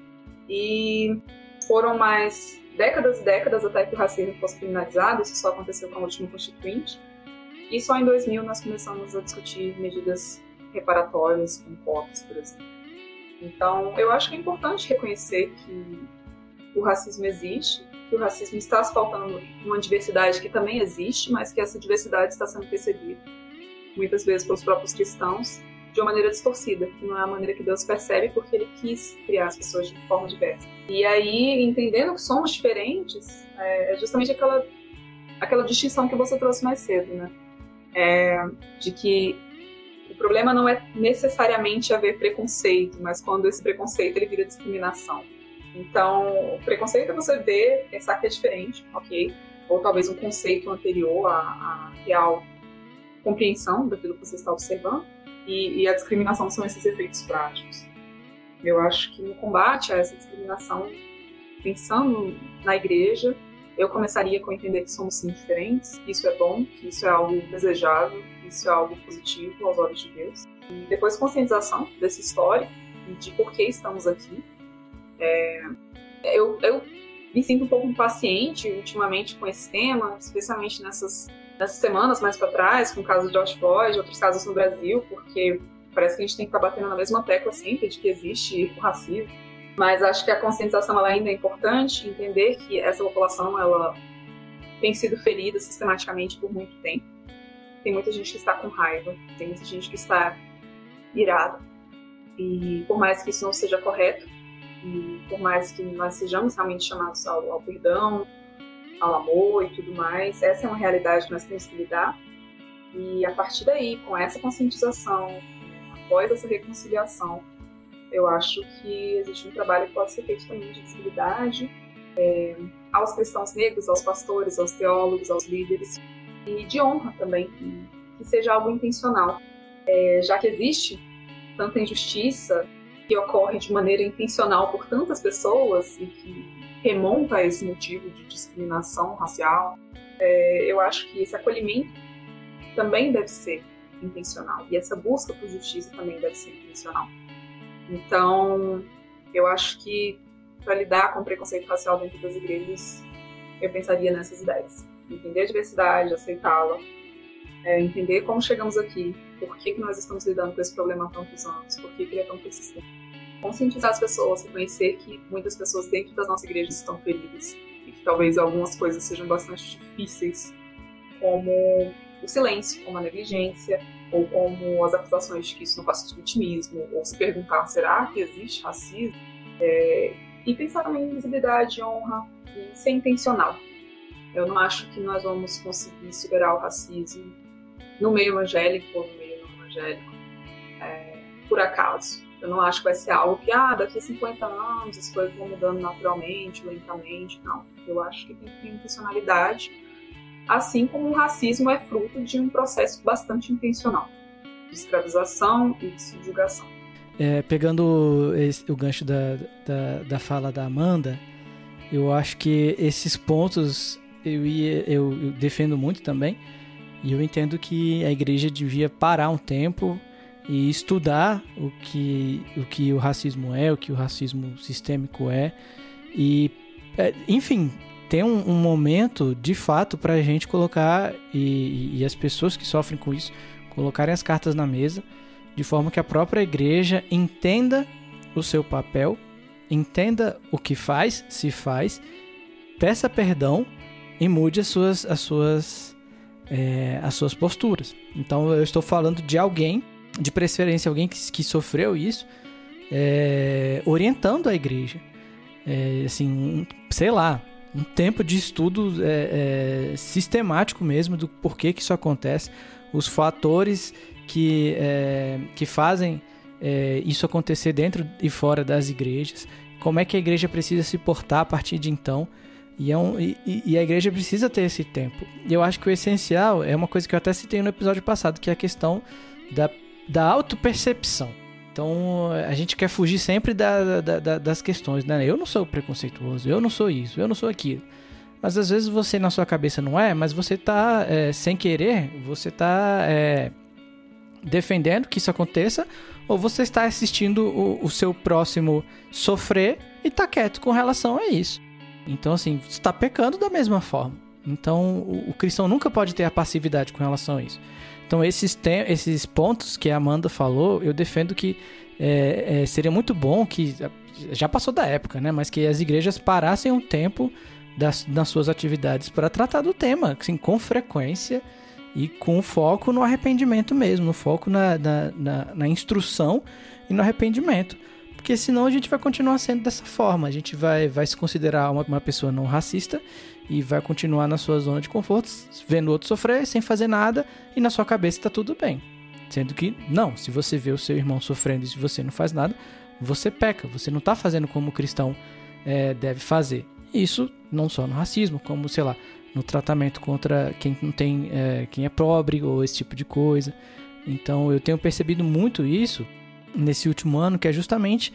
e foram mais décadas e décadas até que o racismo fosse criminalizado. Isso só aconteceu com a última Constituinte. E só em dois mil nós começamos a discutir medidas reparatórias com cotas, por exemplo. Então, eu acho que é importante reconhecer que o racismo existe, que o racismo está se faltando uma diversidade que também existe, mas que essa diversidade está sendo percebida, muitas vezes pelos próprios cristãos, de uma maneira distorcida, que não é a maneira que Deus percebe, porque Ele quis criar as pessoas de forma diversa. E aí, entendendo que somos diferentes, é justamente aquela, aquela distinção que você trouxe mais cedo, né? É, de que o problema não é necessariamente haver preconceito, mas quando esse preconceito ele vira discriminação. Então, o preconceito é você ver, pensar que é diferente, ok? Ou talvez um conceito anterior à, à real compreensão daquilo que você está observando. E, e a discriminação são esses efeitos práticos. Eu acho que no combate a essa discriminação, pensando na igreja, eu começaria com entender que somos sim diferentes, que isso é bom, que isso é algo desejável, que isso é algo positivo aos olhos de Deus. E depois conscientização dessa história e de por que estamos aqui. É, eu, eu me sinto um pouco impaciente ultimamente com esse tema, especialmente nessas, nessas semanas mais para trás, com o caso de George Floyd, outros casos no Brasil, porque parece que a gente tem que estar batendo na mesma tecla sempre de que existe o racismo. Mas acho que a conscientização ela ainda é importante, entender que essa população ela tem sido ferida sistematicamente por muito tempo. Tem muita gente que está com raiva, tem muita gente que está irada. E por mais que isso não seja correto, e por mais que nós sejamos realmente chamados ao, ao perdão, ao amor e tudo mais, essa é uma realidade que nós temos que lidar. E a partir daí, com essa conscientização, após essa reconciliação, eu acho que existe um trabalho que pode ser feito também de visibilidade é, aos cristãos negros, aos pastores, aos teólogos, aos líderes, e de honra também, que, que seja algo intencional. É, já que existe tanta injustiça que ocorre de maneira intencional por tantas pessoas e que remonta a esse motivo de discriminação racial, é, eu acho que esse acolhimento também deve ser intencional, e essa busca por justiça também deve ser intencional. Então, eu acho que para lidar com o preconceito racial dentro das igrejas, eu pensaria nessas ideias. Entender a diversidade, aceitá-la, é, entender como chegamos aqui, Por que, que nós estamos lidando com esse problema há tantos anos? Por que, que ele é tão persistente? Conscientizar as pessoas, reconhecer que muitas pessoas dentro das nossas igrejas estão feridas e que talvez algumas coisas sejam bastante difíceis, como o silêncio, como a negligência, ou como as acusações de que isso não passa de vitimismo, ou se perguntar, será que existe racismo? É, e pensar também em visibilidade, honra e ser intencional. Eu não acho que nós vamos conseguir superar o racismo no meio evangélico ou no meio não evangélico, é, por acaso. Eu não acho que vai ser algo que, ah, daqui a cinquenta anos as coisas vão mudando naturalmente, lentamente. Não. Eu acho que tem que ter intencionalidade, assim como o racismo é fruto de um processo bastante intencional de escravização e de subjugação. É, pegando esse, o gancho da, da, da fala da Amanda, eu acho que esses pontos eu, ia, eu, eu defendo muito também, e eu entendo que a igreja devia parar um tempo e estudar o que o, que o racismo é, o que o racismo sistêmico é, e, enfim, ter um, um momento, de fato, para a gente colocar, e, e as pessoas que sofrem com isso, colocarem as cartas na mesa, de forma que a própria igreja entenda o seu papel, entenda o que faz, se faz, peça perdão e mude as suas, as suas, é, as suas posturas. Então eu estou falando de alguém, de preferência alguém que, que sofreu isso, é, orientando a igreja. É, assim, um, sei lá, um tempo de estudo é, é, sistemático mesmo do porquê que isso acontece, os fatores que, é, que fazem é, isso acontecer dentro e fora das igrejas, como é que a igreja precisa se portar a partir de então, e, é um, e, e a igreja precisa ter esse tempo. E eu acho que o essencial é uma coisa que eu até citei no episódio passado, que é a questão da, da autopercepção. Então, a gente quer fugir sempre da, da, da, das questões, né? Eu não sou preconceituoso, eu não sou isso, eu não sou aquilo. Mas às vezes você na sua cabeça não é, mas você tá, é, sem querer, você tá é, defendendo que isso aconteça, ou você está assistindo o, o seu próximo sofrer e tá quieto com relação a isso. Então, assim, você está pecando da mesma forma. Então, o, o cristão nunca pode ter a passividade com relação a isso. Então, esses, te- esses pontos que a Amanda falou, eu defendo que é, é, seria muito bom que, já passou da época, né? Mas que as igrejas parassem um tempo das, das suas atividades para tratar do tema, assim, com frequência e com foco no arrependimento mesmo, no foco na, na, na, na instrução e no arrependimento. Porque senão a gente vai continuar sendo dessa forma, a gente vai, vai se considerar uma, uma pessoa não racista e vai continuar na sua zona de conforto, vendo o outro sofrer, sem fazer nada, e na sua cabeça está tudo bem. Sendo que, não, se você vê o seu irmão sofrendo e se você não faz nada, você peca, você não está fazendo como o cristão é, deve fazer. Isso não só no racismo, como, sei lá, no tratamento contra quem não tem, é, quem é pobre ou esse tipo de coisa. Então eu tenho percebido muito isso nesse último ano, que é justamente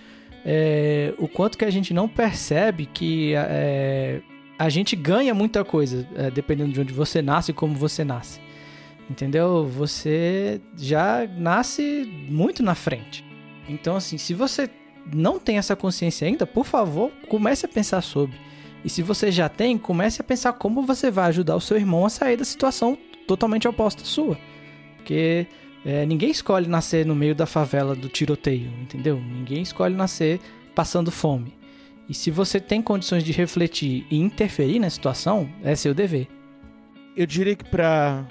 é, o quanto que a gente não percebe que é, a gente ganha muita coisa, é, dependendo de onde você nasce e como você nasce. Entendeu? Você já nasce muito na frente. Então, assim, se você não tem essa consciência ainda, por favor, comece a pensar sobre. E se você já tem, comece a pensar como você vai ajudar o seu irmão a sair da situação totalmente oposta à sua. Porque é, ninguém escolhe nascer no meio da favela do tiroteio, entendeu? Ninguém escolhe nascer passando fome. E se você tem condições de refletir e interferir na situação, é seu dever. Eu diria que para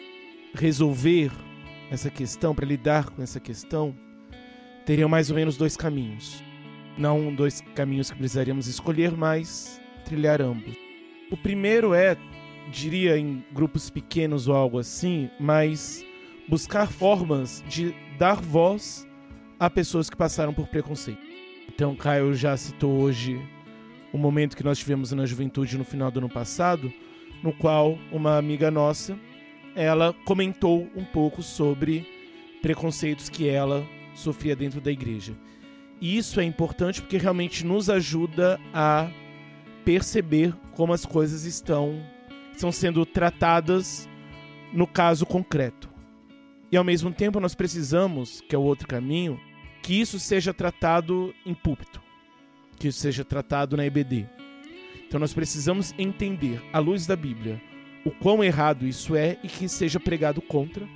resolver essa questão, para lidar com essa questão, teriam mais ou menos dois caminhos. Não dois caminhos que precisaríamos escolher, mas trilhar ambos. O primeiro é, diria em grupos pequenos ou algo assim, mas buscar formas de dar voz a pessoas que passaram por preconceito. Então, Caio já citou hoje o momento que nós tivemos na juventude no final do ano passado, no qual uma amiga nossa, ela comentou um pouco sobre preconceitos que ela sofria dentro da igreja. E isso é importante porque realmente nos ajuda a perceber como as coisas estão, estão sendo tratadas no caso concreto. E ao mesmo tempo nós precisamos, que é o outro caminho, que isso seja tratado em púlpito, que isso seja tratado na E B D. Então nós precisamos entender, à luz da Bíblia, o quão errado isso é e que seja pregado contra,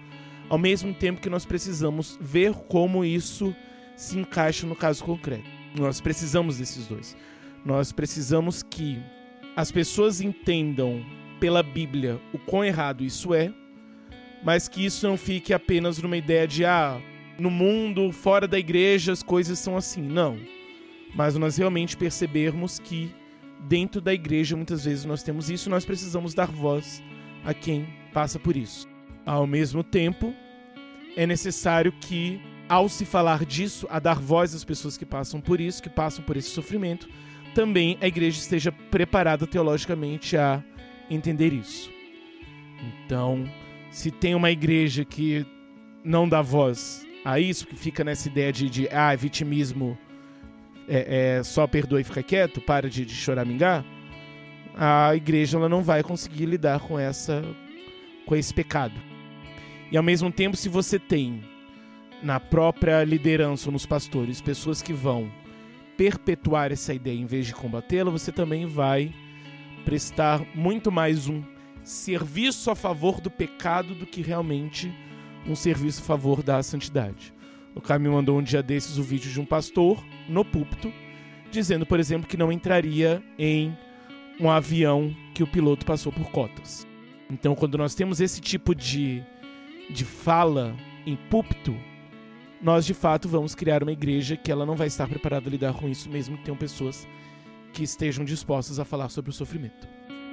ao mesmo tempo que nós precisamos ver como isso se encaixa no caso concreto. Nós precisamos desses dois. Nós precisamos que as pessoas entendam pela Bíblia o quão errado isso é, mas que isso não fique apenas numa ideia de, ah, no mundo, fora da igreja, as coisas são assim. Não. Mas nós realmente percebermos que dentro da igreja, muitas vezes, nós temos isso e nós precisamos dar voz a quem passa por isso. Ao mesmo tempo, é necessário que, ao se falar disso, a dar voz às pessoas que passam por isso, que passam por esse sofrimento, também a igreja esteja preparada teologicamente a entender isso. Então, se tem uma igreja que não dá voz a isso, que fica nessa ideia de, de ah, vitimismo, é, é, só perdoa e fica quieto, para de, de choramingar, a igreja ela não vai conseguir lidar com, essa, com esse pecado. E ao mesmo tempo, se você tem na própria liderança ou nos pastores pessoas que vão perpetuar essa ideia em vez de combatê-la, você também vai prestar muito mais um serviço a favor do pecado do que realmente um serviço a favor da santidade. O Caio me mandou um dia desses o vídeo de um pastor no púlpito dizendo, por exemplo, que não entraria em um avião que o piloto passou por cotas. Então, quando nós temos esse tipo de, de fala em púlpito, nós de fato vamos criar uma igreja que ela não vai estar preparada a lidar com isso, mesmo que tenham pessoas que estejam dispostas a falar sobre o sofrimento.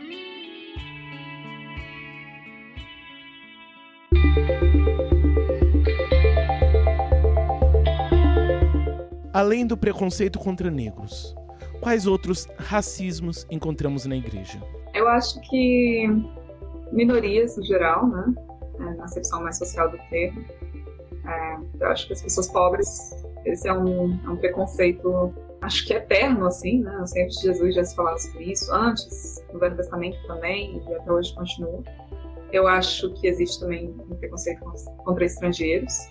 Além do preconceito contra negros, quais outros racismos encontramos na igreja? Eu acho que minorias, no geral, né? Na acepção mais social do termo. É, eu acho que as pessoas pobres, esse é um, é um preconceito, acho que eterno, assim, né? Os tempos de Jesus já se falava sobre isso, antes, no Velho Testamento também, e até hoje continua. Eu acho que existe também um preconceito contra estrangeiros.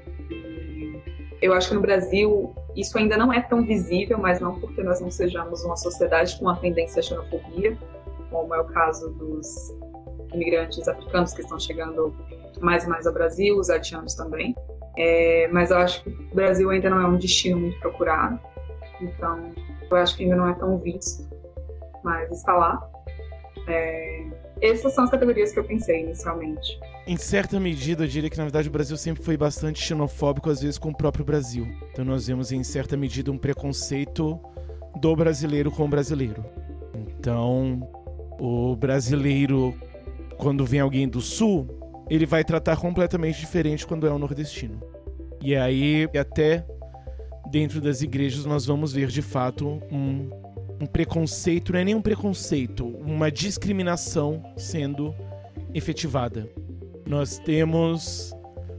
Eu acho que no Brasil isso ainda não é tão visível, mas não porque nós não sejamos uma sociedade com uma tendência à xenofobia, como é o caso dos imigrantes africanos que estão chegando mais e mais ao Brasil, os haitianos também. É, mas eu acho que o Brasil ainda não é um destino muito procurado, então eu acho que ainda não é tão visto, mas está lá. É, essas são as categorias que eu pensei inicialmente. Em certa medida, eu diria que, na verdade, o Brasil sempre foi bastante xenofóbico, às vezes, com o próprio Brasil. Então nós vemos, em certa medida, um preconceito do brasileiro com o brasileiro. Então, o brasileiro, quando vem alguém do Sul, ele vai tratar completamente diferente quando é um nordestino. E aí, até dentro das igrejas, nós vamos ver, de fato, um, um preconceito, não é nem um preconceito, uma discriminação sendo efetivada. Nós temos,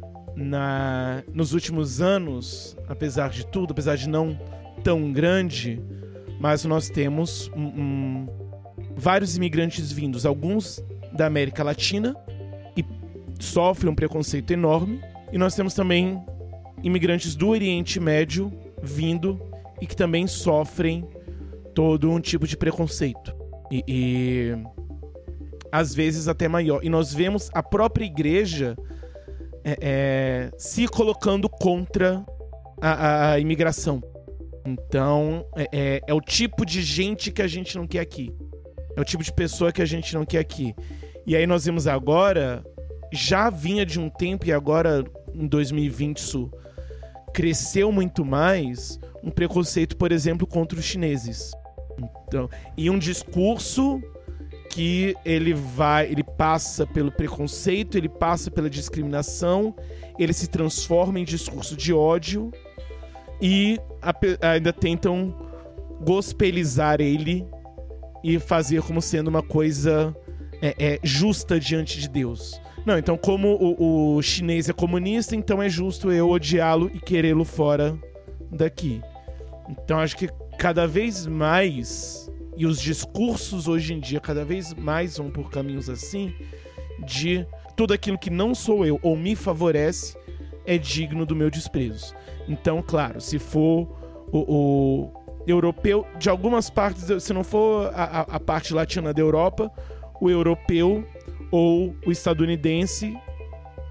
na, nos últimos anos, apesar de tudo, apesar de não tão grande, mas nós temos um, um, vários imigrantes vindos, alguns da América Latina, e sofrem um preconceito enorme, e nós temos também imigrantes do Oriente Médio vindo e que também sofrem todo um tipo de preconceito. E... e às vezes até maior. E nós vemos a própria igreja é, é, se colocando contra a, a, a imigração. Então, é, é, é o tipo de gente que a gente não quer aqui. É o tipo de pessoa que a gente não quer aqui. E aí nós vemos agora, já vinha de um tempo, e agora em dois mil e vinte isso cresceu muito mais, um preconceito, por exemplo, contra os chineses. Então, e um discurso que ele vai, ele passa pelo preconceito, ele passa pela discriminação, ele se transforma em discurso de ódio e ainda tentam gospelizar ele e fazer como sendo uma coisa é, é, justa diante de Deus. Não, então como o, o chinês é comunista, então é justo eu odiá-lo e querê-lo fora daqui. Então acho que cada vez mais... E os discursos hoje em dia cada vez mais vão por caminhos assim, de tudo aquilo que não sou eu ou me favorece é digno do meu desprezo. Então, claro, se for o, o europeu, de algumas partes, se não for a, a parte latina da Europa, o europeu ou o estadunidense,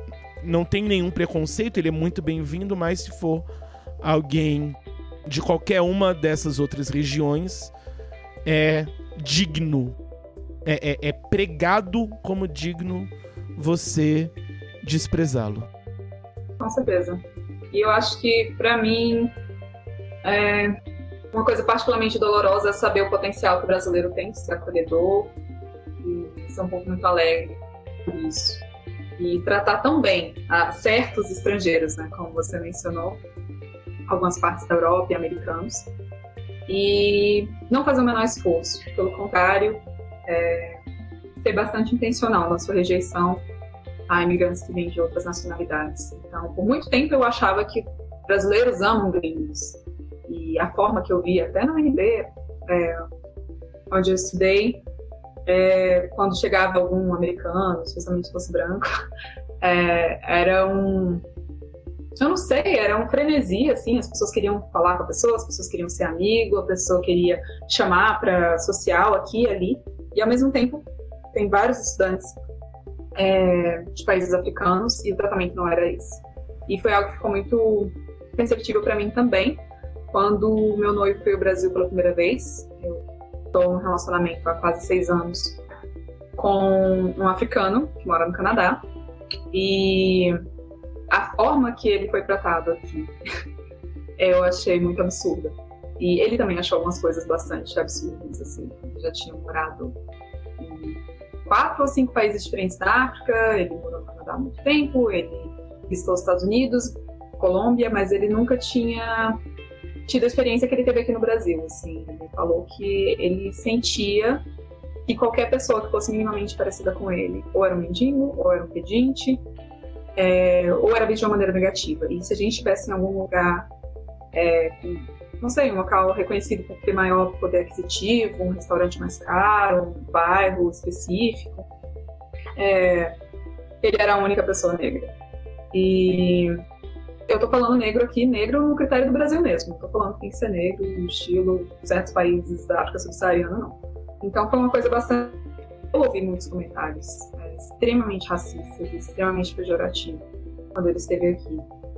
não tem nenhum preconceito, ele é muito bem-vindo, mas se for alguém de qualquer uma dessas outras regiões, é digno, é, é, é pregado como digno você desprezá-lo. Com certeza. E eu acho que, pra mim, é uma coisa particularmente dolorosa é saber o potencial que o brasileiro tem de ser acolhedor e ser um pouco muito alegre por isso. E tratar tão bem a certos estrangeiros, né, como você mencionou, algumas partes da Europa e americanos, e não fazer o menor esforço. Pelo contrário, é, ser bastante intencional na sua rejeição a imigrantes que vêm de outras nacionalidades. Então, por muito tempo eu achava que brasileiros amam gringos. E a forma que eu via, até na U N B, é, onde eu estudei, é, quando chegava algum americano, especialmente se fosse branco, é, era um... Eu não sei, era um frenesi, assim, as pessoas queriam falar com a pessoa, as pessoas queriam ser amigo, a pessoa queria chamar para social aqui e ali. E, ao mesmo tempo, tem vários estudantes é, de países africanos e o tratamento não era esse. E foi algo que ficou muito perceptível para mim também, quando o meu noivo foi ao Brasil pela primeira vez. Eu estou num relacionamento há quase seis anos com um africano que mora no Canadá. E a forma que ele foi tratado aqui eu achei muito absurda. E ele também achou algumas coisas bastante absurdas, assim. Ele já tinha morado em quatro ou cinco países diferentes da África, ele morou no Canadá há muito tempo, ele visitou os Estados Unidos, Colômbia, mas ele nunca tinha tido a experiência que ele teve aqui no Brasil, assim. Ele falou que ele sentia que qualquer pessoa que fosse minimamente parecida com ele, ou era um mendigo, ou era um pedinte, é, ou era visto de uma maneira negativa. E se a gente estivesse em algum lugar, é, não sei, um local reconhecido por ter maior poder aquisitivo, um restaurante mais caro, um bairro específico, é, ele era a única pessoa negra. E eu tô falando negro aqui, negro no critério do Brasil mesmo. Não tô falando que tem que ser negro no estilo de certos países da África subsaariana, não. Então foi uma coisa bastante... Eu ouvi muitos comentários é, extremamente racistas, extremamente pejorativos quando ele esteve aqui.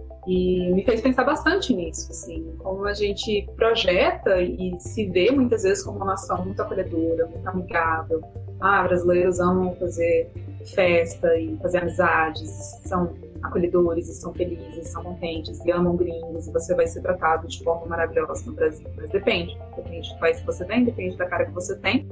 E me fez pensar bastante nisso, assim, como a gente projeta e se vê muitas vezes como uma nação muito acolhedora, muito amigável. Ah, brasileiros amam fazer festa e fazer amizades, são acolhedores, e são felizes, são contentes e amam gringos, e você vai ser tratado de forma maravilhosa no Brasil. Mas depende, depende do país que você vem, depende da cara que você tem.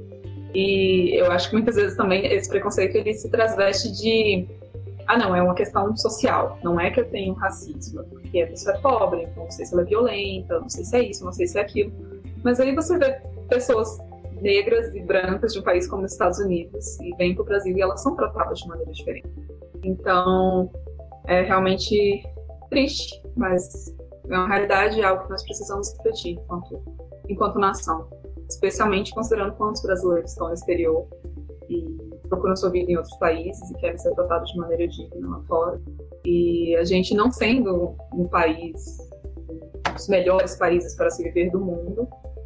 E eu acho que muitas vezes também esse preconceito ele se transveste de ah não, é uma questão social, não é que eu tenho racismo, porque a pessoa é pobre, então não sei se ela é violenta, não sei se é isso, não sei se é aquilo. Mas aí você vê pessoas negras e brancas de um país como os Estados Unidos e vêm para o Brasil e elas são tratadas de maneira diferente. Então é realmente triste, mas é uma realidade, é algo que nós precisamos refletir enquanto, enquanto nação, especialmente considerando quantos brasileiros estão no exterior e procuram sua vida em outros países e querem ser tratados de maneira digna lá fora. E a gente não sendo um país, um dos melhores países para se viver do mundo,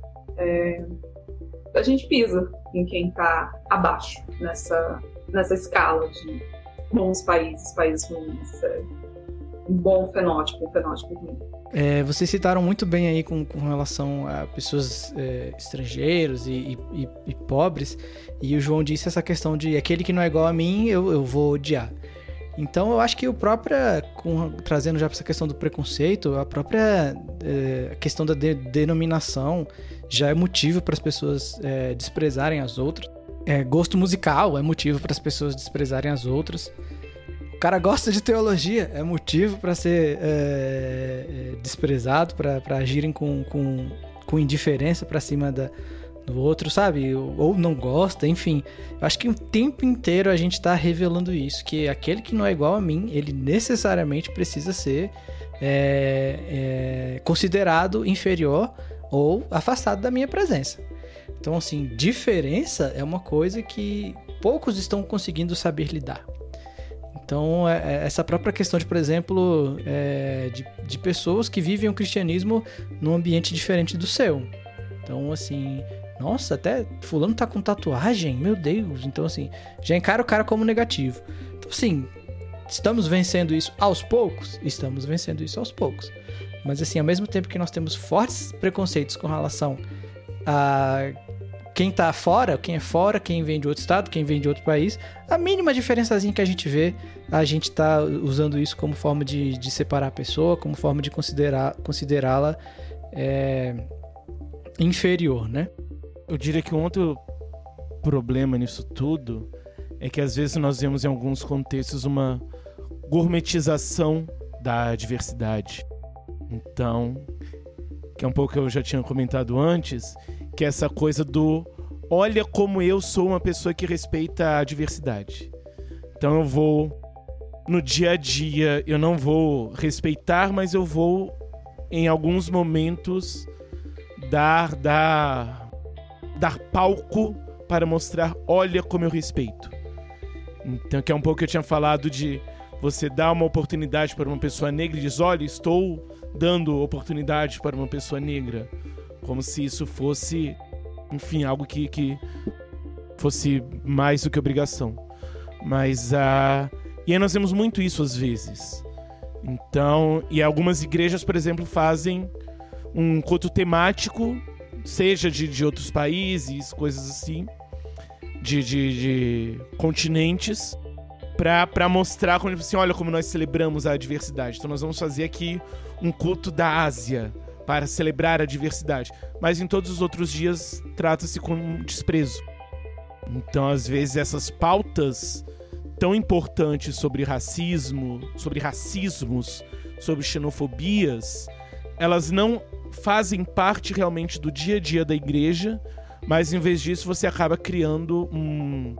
é, a gente pisa em quem está abaixo nessa, nessa escala de bons países, países ruins, é, um bom fenótipo, um fenótipo ruim. É, vocês citaram muito bem aí com, com relação a pessoas é, estrangeiros e, e, e pobres, e o João disse essa questão de aquele que não é igual a mim, eu, eu vou odiar. Então eu acho que o próprio, com, trazendo já para essa questão do preconceito, a própria é, questão da de, denominação já é motivo para as pessoas é, desprezarem as outras. É, gosto musical é motivo para as pessoas desprezarem as outras. O cara gosta de teologia, é motivo para ser é, é, desprezado, para agirem com, com, com indiferença para cima da, do outro, sabe? Ou, ou não gosta, enfim. Eu acho que o tempo inteiro a gente está revelando isso, que aquele que não é igual a mim, ele necessariamente precisa ser é, é, considerado inferior ou afastado da minha presença. Então, assim, diferença é uma coisa que poucos estão conseguindo saber lidar. Então, essa própria questão de, por exemplo, é, de, de pessoas que vivem o cristianismo num ambiente diferente do seu. Então, assim, nossa, até fulano tá com tatuagem, meu Deus. Então, assim, já encara o cara como negativo. Então, assim, estamos vencendo isso aos poucos? Estamos vencendo isso aos poucos. Mas assim, ao mesmo tempo que nós temos fortes preconceitos com relação a quem tá fora, quem é fora, quem vem de outro estado, quem vem de outro país, a mínima diferençazinha que a gente vê, a gente tá usando isso como forma de, de separar a pessoa, como forma de considerar, considerá-la é, inferior, né? Eu diria que um outro problema nisso tudo é que às vezes nós vemos em alguns contextos uma gourmetização da diversidade. Então, que é um pouco que eu já tinha comentado antes, que é essa coisa do olha como eu sou uma pessoa que respeita a diversidade. Então eu vou, no dia a dia, eu não vou respeitar, mas eu vou, em alguns momentos, dar, dar, dar palco para mostrar, olha como eu respeito. Então, que é um pouco que eu tinha falado de você dar uma oportunidade para uma pessoa negra e diz, olha, estou dando oportunidade para uma pessoa negra. Como se isso fosse, enfim, algo que, que fosse mais do que obrigação. Mas, uh, e aí nós vemos muito isso às vezes. Então, e algumas igrejas, por exemplo, fazem um culto temático, seja de, de outros países, coisas assim, de, de, de continentes, para mostrar, como assim, olha como nós celebramos a diversidade. Então nós vamos fazer aqui um culto da Ásia, para celebrar a diversidade. Mas em todos os outros dias trata-se com desprezo. Então, às vezes, essas pautas tão importantes sobre racismo, sobre racismos, sobre xenofobias, elas não fazem parte realmente do dia a dia da igreja, mas em vez disso você acaba criando um,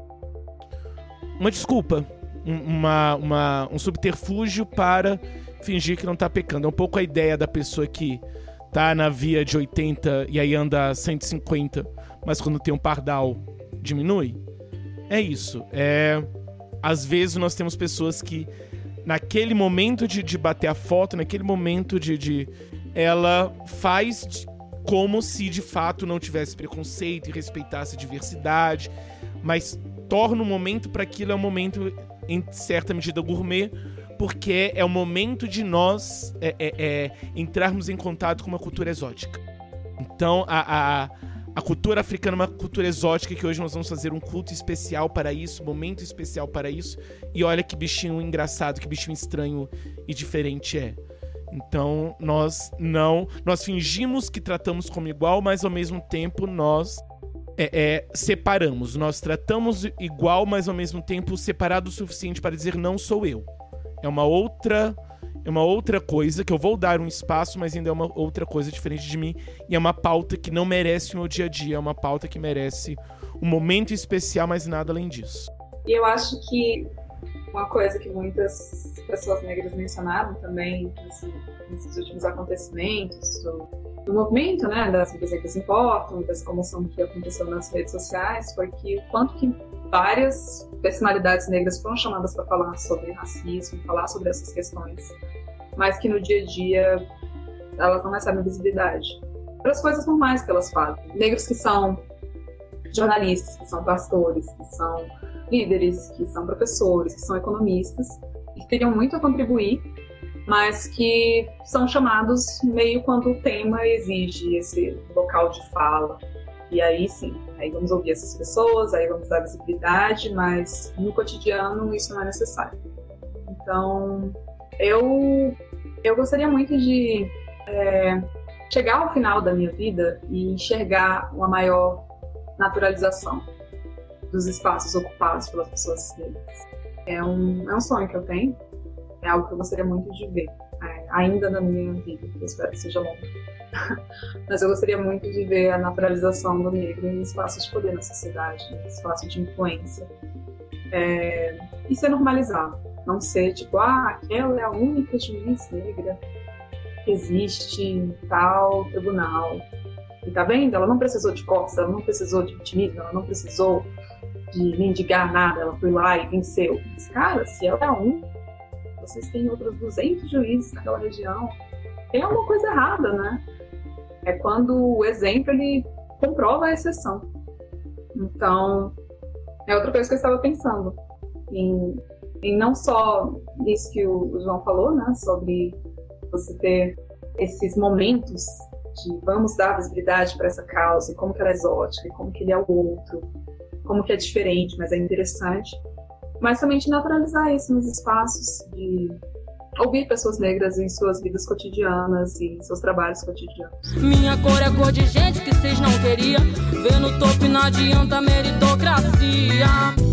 uma desculpa, um, uma, uma, um subterfúgio para fingir que não está pecando. É um pouco a ideia da pessoa que tá na via de oitenta e aí anda cento e cinquenta, mas quando tem um pardal diminui. É isso. É... Às vezes nós temos pessoas que naquele momento de, de bater a foto, naquele momento de... de ela faz de, como se de fato não tivesse preconceito e respeitasse a diversidade, mas torna o momento para aquilo é um momento em certa medida gourmet, porque é o momento de nós é, é, é, entrarmos em contato com uma cultura exótica. Então, a, a, a cultura africana é uma cultura exótica que hoje nós vamos fazer um culto especial para isso, um momento especial para isso, e olha que bichinho engraçado, que bichinho estranho e diferente é. Então, nós não... Nós fingimos que tratamos como igual, mas ao mesmo tempo nós é, é, separamos. Nós tratamos igual, mas ao mesmo tempo separado o suficiente para dizer não sou eu. É uma outra, é uma outra coisa que eu vou dar um espaço, mas ainda é uma outra coisa diferente de mim. E é uma pauta que não merece o meu dia a dia. É uma pauta que merece um momento especial, mas nada além disso. E eu acho que uma coisa que muitas pessoas negras mencionaram também nesse, nesses últimos acontecimentos do, do movimento, né, das vidas negras importam, dessa comoção que aconteceu nas redes sociais, foi que o quanto que várias personalidades negras foram chamadas para falar sobre racismo, falar sobre essas questões, mas que no dia a dia elas não recebem visibilidade para as coisas normais que elas fazem. Negros que são jornalistas, que são pastores, que são líderes, que são professores, que são economistas, e que teriam muito a contribuir, mas que são chamados meio quando o tema exige esse local de fala. E aí sim, aí vamos ouvir essas pessoas, aí vamos dar visibilidade, mas no cotidiano isso não é necessário. Então, eu, eu gostaria muito de é, chegar ao final da minha vida e enxergar uma maior naturalização dos espaços ocupados pelas pessoas negras. É um, é um sonho que eu tenho, é algo que eu gostaria muito de ver, é, ainda na minha vida, que eu espero que seja longa. Mas eu gostaria muito de ver a naturalização do negro em espaços de poder na sociedade, em espaços de influência. É, e ser normalizado. Não ser tipo, ah, aquela é a única juiz negra que existe em tal tribunal. E tá vendo? Ela não precisou de cotas, ela não precisou de vitimismo, ela não precisou de mendigar nada, ela foi lá e venceu. Mas, cara, se ela é a única, vocês têm outros duzentos juízes naquela região, tem alguma coisa errada, né? É quando o exemplo, ele comprova a exceção. Então, é outra coisa que eu estava pensando. Em E não só isso que o João falou, né, sobre você ter esses momentos de vamos dar visibilidade para essa causa, e como que ela é exótica, e como que ele é o outro, como que é diferente, mas é interessante, mas também de naturalizar isso nos espaços, de ouvir pessoas negras em suas vidas cotidianas e em seus trabalhos cotidianos. Minha cor é cor de gente que vocês não queriam ver no topo, não adianta meritocracia.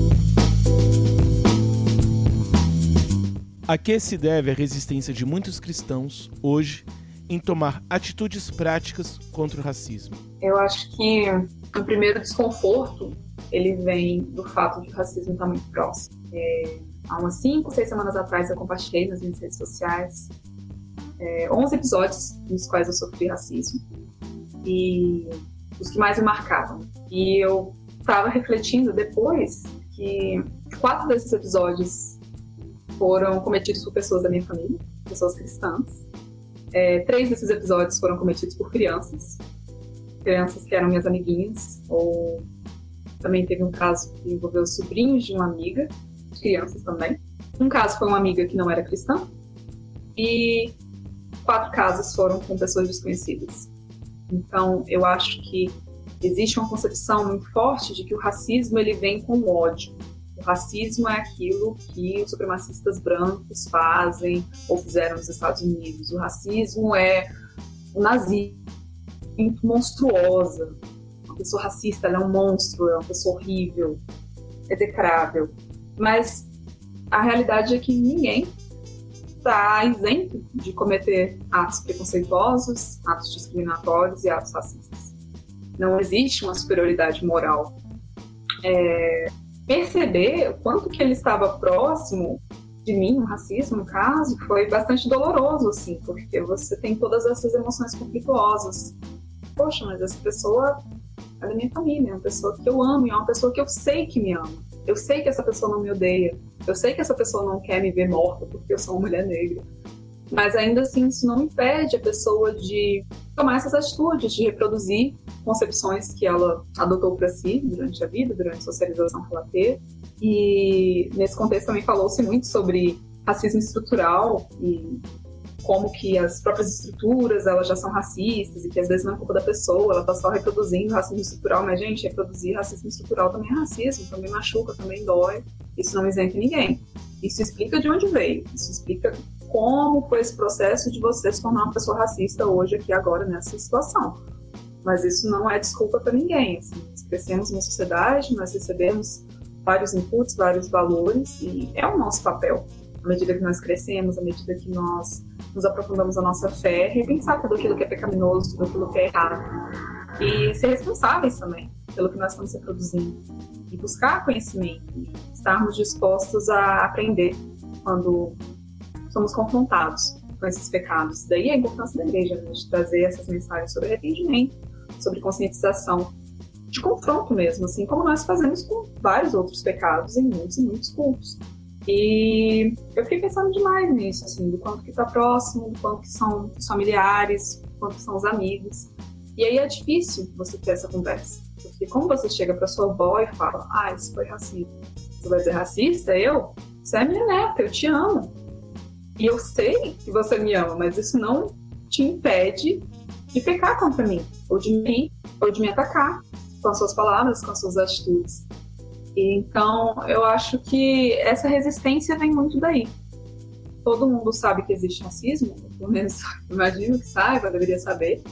A que se deve a resistência de muitos cristãos, hoje, em tomar atitudes práticas contra o racismo? Eu acho que o primeiro desconforto, ele vem do fato de o racismo estar muito próximo. É, há umas cinco, seis semanas atrás eu compartilhei nas minhas redes sociais é, onze episódios nos quais eu sofri racismo e os que mais me marcavam. E eu estava refletindo depois que quatro desses episódios foram cometidos por pessoas da minha família, pessoas cristãs. É, três desses episódios foram cometidos por crianças, crianças que eram minhas amiguinhas, ou também teve um caso que envolveu os sobrinhos de uma amiga, crianças também. Um caso foi uma amiga que não era cristã, e quatro casos foram com pessoas desconhecidas. Então, eu acho que existe uma concepção muito forte de que o racismo ele vem com ódio. O racismo é aquilo que os supremacistas brancos fazem ou fizeram nos Estados Unidos. O racismo é o nazismo, muito monstruosa. Uma pessoa racista ela é um monstro, é uma pessoa horrível, execrável. Mas a realidade é que ninguém está isento de cometer atos preconceituosos, atos discriminatórios e atos racistas. Não existe uma superioridade moral. É... Perceber o quanto que ele estava próximo de mim, o racismo, no caso, foi bastante doloroso, assim, porque você tem todas essas emoções conflituosas. Poxa, mas essa pessoa é da minha família, é uma pessoa que eu amo, é uma pessoa que eu sei que me ama. Eu sei que essa pessoa não me odeia, eu sei que essa pessoa não quer me ver morta porque eu sou uma mulher negra. Mas ainda assim, isso não impede a pessoa de tomar essas atitudes, de reproduzir concepções que ela adotou para si durante a vida, durante a socialização que ela teve. E nesse contexto também falou-se muito sobre racismo estrutural e como que as próprias estruturas elas já são racistas e que às vezes não é culpa da pessoa, ela está só reproduzindo racismo estrutural. Mas, gente, reproduzir racismo estrutural também é racismo, também machuca, também dói. Isso não isenta ninguém. Isso explica de onde veio, isso explica como foi esse processo de você se tornar uma pessoa racista hoje, aqui, agora, nessa situação. Mas isso não é desculpa para ninguém. Assim. Nós crescemos numa sociedade, nós recebemos vários inputs, vários valores, e é o nosso papel. À medida que nós crescemos, à medida que nós nos aprofundamos a nossa fé, repensar tudo aquilo que é pecaminoso, tudo aquilo que é errado. E ser responsáveis também pelo que nós estamos reproduzindo. E buscar conhecimento, e estarmos dispostos a aprender quando somos confrontados com esses pecados. Daí a importância da igreja, né, de trazer essas mensagens sobre arrependimento, sobre conscientização, de confronto mesmo, assim como nós fazemos com vários outros pecados em muitos e muitos cultos. E eu fiquei pensando demais nisso, assim, do quanto que está próximo, do quanto que são os familiares, do quanto que são os amigos. E aí é difícil você ter essa conversa, porque como você chega para sua avó e fala, ah, isso foi racista. Você vai dizer racista? Eu? Você é minha neta, eu te amo. E eu sei que você me ama, mas isso não te impede de pecar contra mim, ou de me, ou de me atacar com as suas palavras, com as suas atitudes. E então, eu acho que essa resistência vem muito daí. Todo mundo sabe que existe racismo, pelo menos imagino que saiba, deveria saber.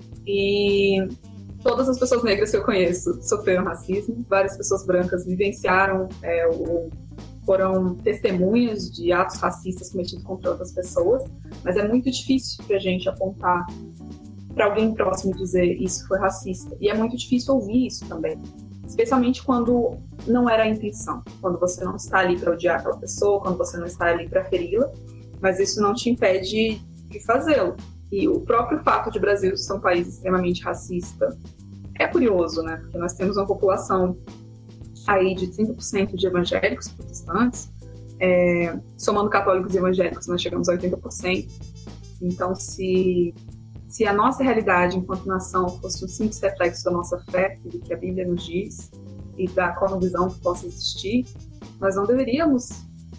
E todas as pessoas negras que eu conheço sofreram racismo, várias pessoas brancas vivenciaram é, o foram testemunhas de atos racistas cometidos contra outras pessoas, mas é muito difícil para a gente apontar para alguém próximo e dizer isso foi racista. E é muito difícil ouvir isso também, especialmente quando não era a intenção, quando você não está ali para odiar aquela pessoa, quando você não está ali para feri-la, mas isso não te impede de fazê-lo. E o próprio fato de o Brasil ser um país extremamente racista é curioso, né? Porque nós temos uma população aí de trinta por cento de evangélicos protestantes, é, somando católicos e evangélicos, nós chegamos a oitenta por cento. Então, se, se a nossa realidade enquanto nação fosse um simples reflexo da nossa fé, do que a Bíblia nos diz, e da cosmovisão que possa existir, nós não deveríamos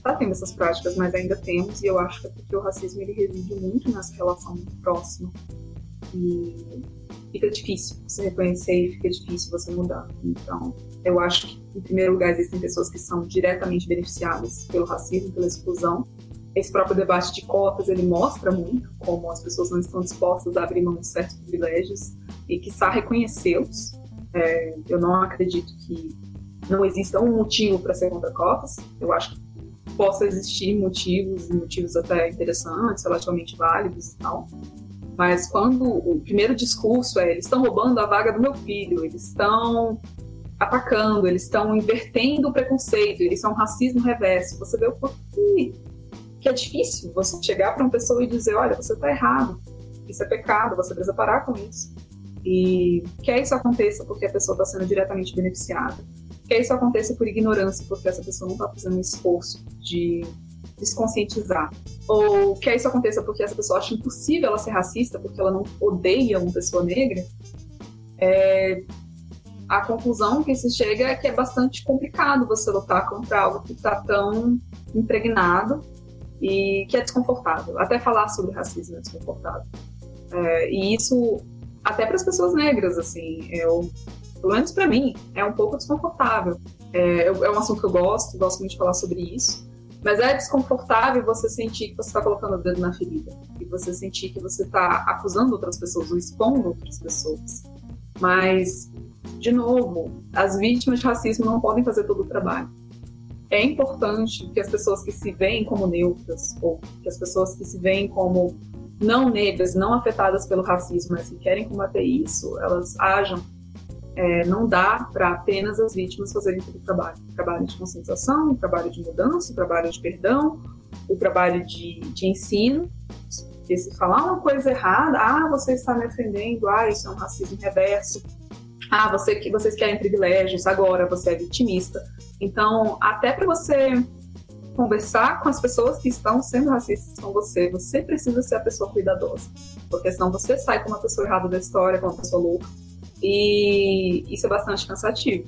está tendo essas práticas, mas ainda temos, e eu acho que é porque o racismo ele reside muito nessa relação muito próxima. E fica difícil você reconhecer e fica difícil você mudar. Então, eu acho que, em primeiro lugar, existem pessoas que são diretamente beneficiadas pelo racismo, pela exclusão. Esse próprio debate de cotas, ele mostra muito como as pessoas não estão dispostas a abrir mão de certos privilégios e, quiçá, reconhecê-los. É, eu não acredito que não exista um motivo para ser contra cotas. Eu acho que possa existir motivos, motivos até interessantes, relativamente válidos e tal. Mas quando o primeiro discurso é eles estão roubando a vaga do meu filho, eles estão atacando, eles estão invertendo o preconceito, eles são um racismo reverso, você vê o quanto que, que é difícil você chegar para uma pessoa e dizer, olha, você está errado, isso é pecado, você precisa parar com isso. E quer isso aconteça porque a pessoa está sendo diretamente beneficiada, quer isso aconteça por ignorância, porque essa pessoa não está fazendo um esforço de se conscientizar, ou quer isso aconteça porque essa pessoa acha impossível ela ser racista porque ela não odeia uma pessoa negra, é, a conclusão que se chega é que é bastante complicado você lutar contra algo que está tão impregnado e que é desconfortável. Até falar sobre racismo é desconfortável. É, e isso, até para as pessoas negras, assim, eu, pelo menos para mim, é um pouco desconfortável. É, é um assunto que eu gosto, gosto muito de falar sobre isso. Mas é desconfortável você sentir que você está colocando o dedo na ferida. E você sentir que você está acusando outras pessoas ou expondo outras pessoas. Mas, de novo, as vítimas de racismo não podem fazer todo o trabalho. É importante que as pessoas que se veem como neutras, ou que as pessoas que se veem como não negras, não afetadas pelo racismo, mas que querem combater isso, elas ajam. É, não dá para apenas as vítimas fazerem todo o trabalho. O trabalho de conscientização, o trabalho de mudança, o trabalho de perdão, o trabalho de, de ensino. E se falar uma coisa errada, ah, você está me ofendendo, ah, isso é um racismo reverso, ah, você, vocês querem privilégios, agora você é vitimista. Então, até para você conversar com as pessoas que estão sendo racistas com você, você precisa ser a pessoa cuidadosa, porque senão você sai com uma pessoa errada da história, com uma pessoa louca. E isso é bastante cansativo.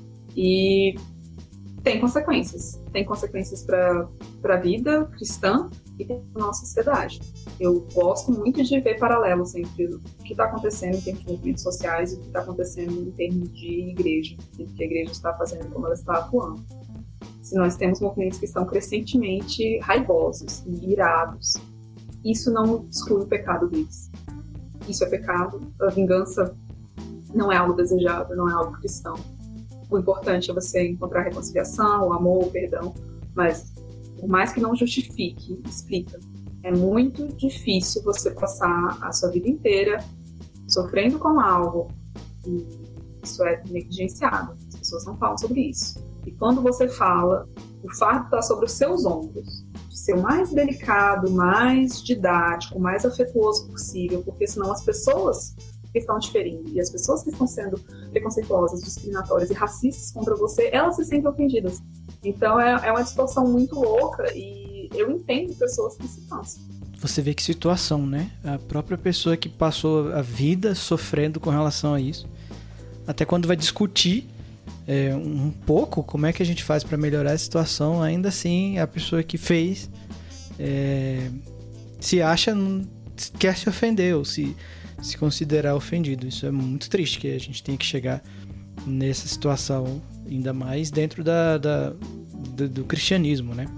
E tem consequências. Tem consequências para a vida cristã e para a nossa sociedade. Eu gosto muito de ver paralelos entre o que está acontecendo em termos de movimentos sociais e o que está acontecendo em termos de igreja, e o que a igreja está fazendo, como ela está atuando. Se nós temos movimentos que estão crescentemente raivosos e irados, isso não exclui o pecado deles. Isso é pecado, a vingança não é algo desejável, não é algo cristão. O importante é você encontrar reconciliação, o amor, o perdão, mas por mais que não justifique, explica. É muito difícil você passar a sua vida inteira sofrendo com algo e isso é negligenciado. As pessoas não falam sobre isso. E quando você fala, o fardo está sobre os seus ombros. De ser o mais delicado, mais didático, mais afetuoso possível, porque senão as pessoas que estão te ferindo e as pessoas que estão sendo preconceituosas, discriminatórias e racistas contra você, elas se sentem ofendidas. Então é, é uma distorção muito louca e eu entendo pessoas que se cansam. Você vê que situação, né? A própria pessoa que passou a vida sofrendo com relação a isso, até quando vai discutir é, um pouco como é que a gente faz para melhorar a situação, ainda assim a pessoa que fez é, se acha, quer se ofender ou se se considerar ofendido. Isso é muito triste, que a gente tem que chegar nessa situação, ainda mais dentro da, da, do, do cristianismo, né?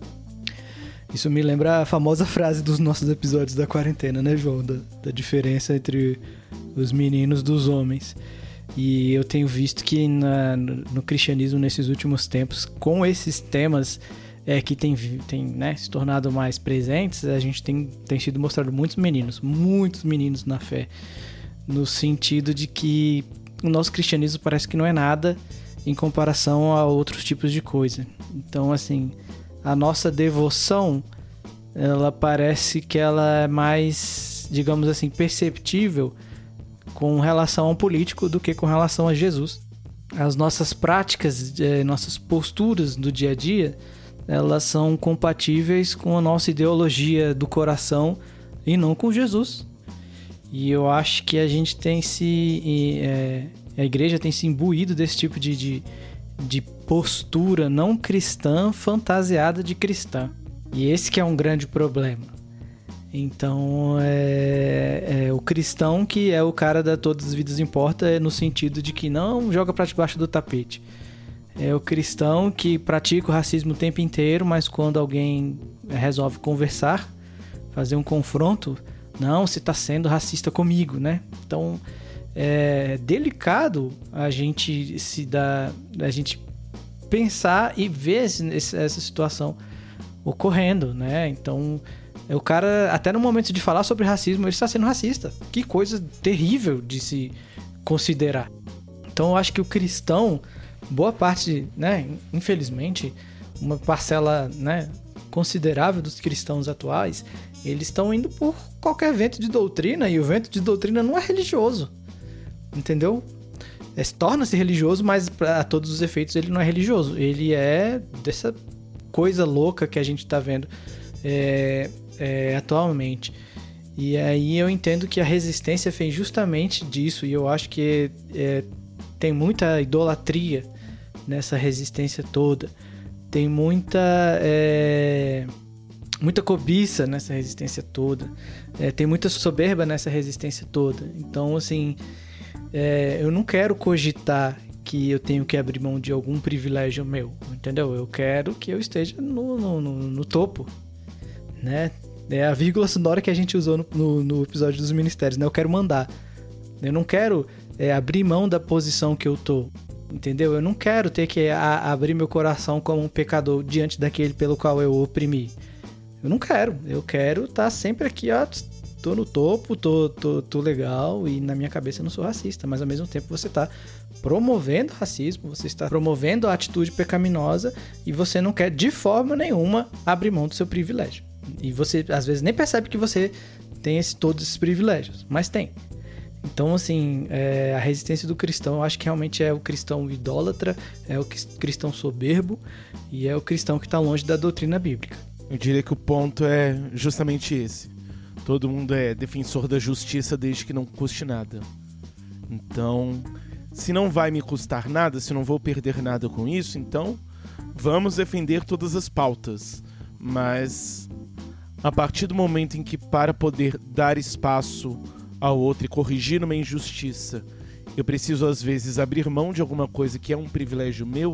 Isso me lembra a famosa frase dos nossos episódios da quarentena, né, João? Da, da diferença entre os meninos dos homens. E eu tenho visto que na, no, no cristianismo, nesses últimos tempos, com esses temas é, que tem, tem né, se tornado mais presentes, a gente tem, tem sido mostrado muitos meninos, muitos meninos na fé, no sentido de que o nosso cristianismo parece que não é nada em comparação a outros tipos de coisa. Então, assim, a nossa devoção, ela parece que ela é mais, digamos assim, perceptível com relação ao político do que com relação a Jesus. As nossas práticas, eh, nossas posturas do dia a dia, elas são compatíveis com a nossa ideologia do coração e não com Jesus. E eu acho que a gente tem se... É, a igreja tem se imbuído desse tipo de, de, de postura não cristã fantasiada de cristã. E esse que é um grande problema. Então, é, é o cristão que é o cara da todas as vidas importa, é no sentido de que não joga pra debaixo do tapete. É o cristão que pratica o racismo o tempo inteiro, mas quando alguém resolve conversar, fazer um confronto, não, você tá sendo racista comigo, né? Então, é delicado a gente se dar, a gente pensar e ver esse, essa situação ocorrendo, né? Então, o cara, até no momento de falar sobre racismo, ele está sendo racista. Que coisa terrível de se considerar. Então, eu acho que o cristão, boa parte, né, infelizmente, uma parcela, né, considerável dos cristãos atuais, eles estão indo por qualquer vento de doutrina, e o vento de doutrina não é religioso, entendeu? É, torna-se religioso, mas a todos os efeitos ele não é religioso, ele é dessa coisa louca que a gente está vendo é, é, atualmente. E aí eu entendo que a resistência vem justamente disso, e eu acho que é, tem muita idolatria nessa resistência toda. Tem muita é, muita cobiça nessa resistência toda. É, tem muita soberba nessa resistência toda. Então, assim, é, eu não quero cogitar que eu tenho que abrir mão de algum privilégio meu, entendeu? Eu quero que eu esteja no, no, no, no topo, né? É a vírgula sonora que a gente usou no, no, no episódio dos ministérios, né? Eu quero mandar. Eu não quero é, abrir mão da posição que eu tô, entendeu? Eu não quero ter que a, abrir meu coração como um pecador diante daquele pelo qual eu oprimi. Eu não quero. Eu quero estar tá sempre aqui, ó, tô no topo, tô, tô, tô legal, e na minha cabeça eu não sou racista, mas ao mesmo tempo você tá promovendo racismo, você está promovendo a atitude pecaminosa, e você não quer de forma nenhuma abrir mão do seu privilégio. E você às vezes nem percebe que você tem esse, todos esses privilégios, mas tem. Então, assim, é, a resistência do cristão, eu acho que realmente é o cristão idólatra, é o cristão soberbo, e é o cristão que está longe da doutrina bíblica. Eu diria que o ponto é justamente esse. Todo mundo é defensor da justiça desde que não custe nada. Então, se não vai me custar nada, se não vou perder nada com isso, então vamos defender todas as pautas. Mas a partir do momento em que, para poder dar espaço ao outro e corrigir uma injustiça, eu preciso às vezes abrir mão de alguma coisa que é um privilégio meu,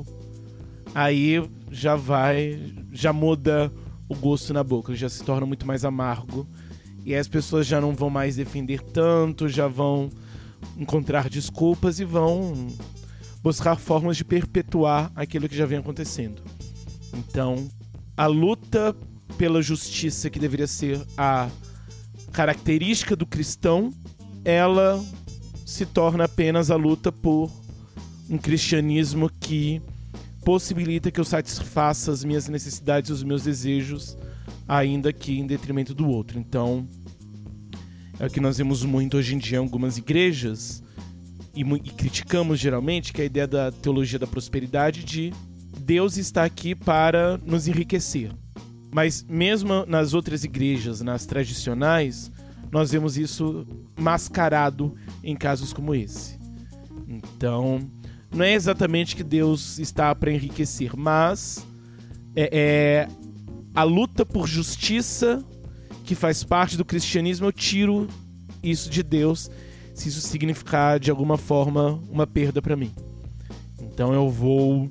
aí já vai, já muda o gosto na boca, ele já se torna muito mais amargo, e as pessoas já não vão mais defender tanto, já vão encontrar desculpas e vão buscar formas de perpetuar aquilo que já vem acontecendo. Então, a luta pela justiça, que deveria ser a característica do cristão, ela se torna apenas a luta por um cristianismo que possibilita que eu satisfaça as minhas necessidades e os meus desejos, ainda que em detrimento do outro. Então, é o que nós vemos muito hoje em dia em algumas igrejas, e, e criticamos geralmente, que é a ideia da teologia da prosperidade, de Deus está aqui para nos enriquecer. Mas mesmo nas outras igrejas, nas tradicionais, nós vemos isso mascarado em casos como esse. Então, não é exatamente que Deus está para enriquecer, mas é, é a luta por justiça que faz parte do cristianismo. Eu tiro isso de Deus se isso significar de alguma forma uma perda para mim. Então eu vou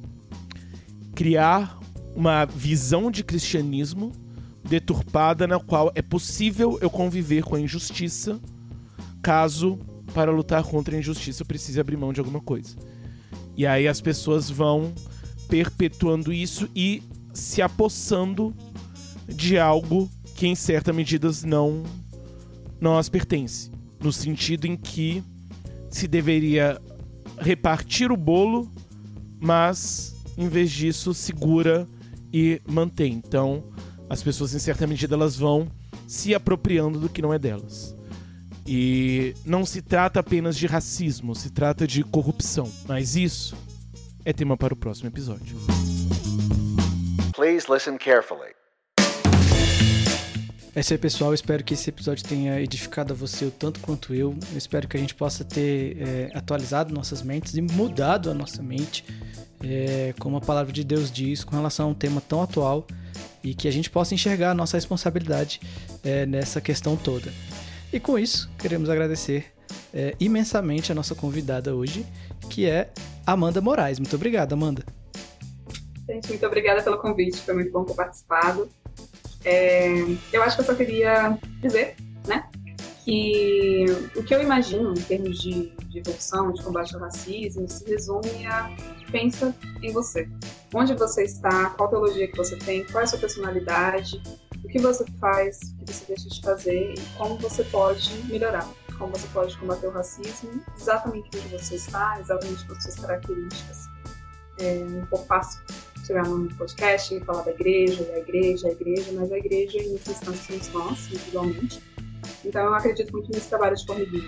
criar uma visão de cristianismo deturpada, na qual é possível eu conviver com a injustiça, caso, para lutar contra a injustiça, eu precise abrir mão de alguma coisa. E aí as pessoas vão perpetuando isso e se apossando de algo que em certa medida não, não as pertence. No sentido em que se deveria repartir o bolo, mas em vez disso segura e mantém. Então as pessoas em certa medida elas vão se apropriando do que não é delas. E não se trata apenas de racismo, se trata de corrupção. Mas isso é tema para o próximo episódio. Please listen carefully. É isso aí, pessoal. Eu espero que esse episódio tenha edificado a você o tanto quanto eu. Eu espero que a gente possa ter é, atualizado nossas mentes e mudado a nossa mente é, como a palavra de Deus diz, com relação a um tema tão atual e que a gente possa enxergar a nossa responsabilidade é, nessa questão toda. E com isso, queremos agradecer é, imensamente a nossa convidada hoje, que é Amanda Moraes. Muito obrigado, Amanda. Gente, muito obrigada pelo convite, foi muito bom ter participado. É, eu acho que eu só queria dizer, né, que o que eu imagino em termos de, de evolução, de combate ao racismo, se resume a pensa em você. Onde você está, qual teologia que você tem, qual é a sua personalidade, o que você faz, o que você deixa de fazer e como você pode melhorar, como você pode combater o racismo, exatamente onde você está, exatamente com as suas características. É um pouco fácil chegar num podcast e falar da igreja, da igreja, a igreja, mas a igreja, em muitas instâncias, somos nós, individualmente. Então, eu acredito muito nesse trabalho de formiguinha.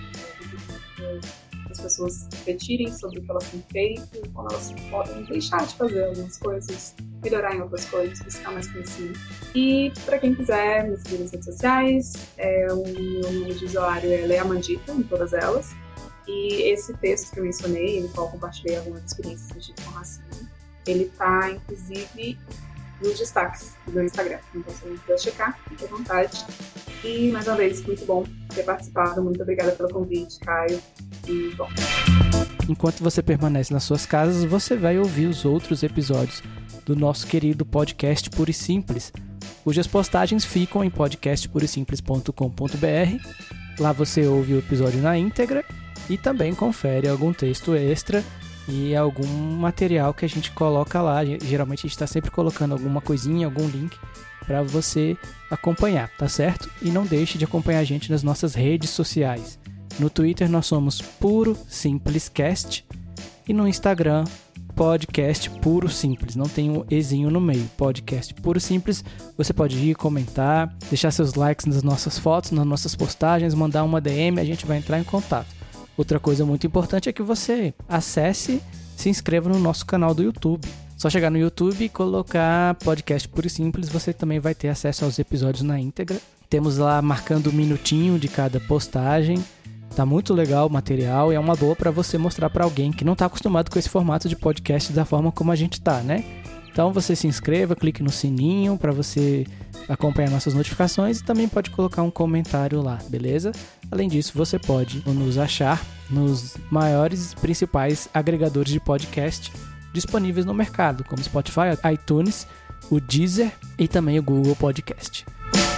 Né? As pessoas refletirem sobre o que elas têm feito, como elas podem deixar de fazer algumas coisas, melhorar em outras coisas, buscar mais conhecimento. E, para quem quiser me seguir nas redes sociais, é, o meu nome de usuário é Lea Mandita, em todas elas. E esse texto que eu mencionei, no qual compartilhei algumas experiências sentidas com racismo, ele está, inclusive, nos destaques do meu Instagram. Então, se você quiser checar, fique à vontade. E, mais uma vez, muito bom ter participado. Muito obrigada pelo convite, Caio. E, bom. Enquanto você permanece nas suas casas, você vai ouvir os outros episódios do nosso querido podcast Puro e Simples, cujas postagens ficam em podcast puro e simples ponto com ponto b r. Lá você ouve o episódio na íntegra e também confere algum texto extra e algum material que a gente coloca lá. Geralmente a gente está sempre colocando alguma coisinha, algum link para você acompanhar, tá certo? E não deixe de acompanhar a gente nas nossas redes sociais. No Twitter nós somos Puro Simples Cast e no Instagram Podcast Puro Simples. Não tem um ezinho no meio. Podcast Puro Simples. Você pode ir comentar, deixar seus likes nas nossas fotos, nas nossas postagens, mandar uma D M, a gente vai entrar em contato. Outra coisa muito importante é que você acesse, se inscreva no nosso canal do YouTube. Só chegar no YouTube e colocar Podcast Puro e Simples, você também vai ter acesso aos episódios na íntegra. Temos lá marcando um minutinho de cada postagem. Tá muito legal o material e é uma boa para você mostrar para alguém que não está acostumado com esse formato de podcast da forma como a gente tá, né? Então você se inscreva, clique no sininho para você acompanhar nossas notificações e também pode colocar um comentário lá, beleza? Além disso, você pode nos achar nos maiores e principais agregadores de podcast disponíveis no mercado, como Spotify, iTunes, o Deezer e também o Google Podcast.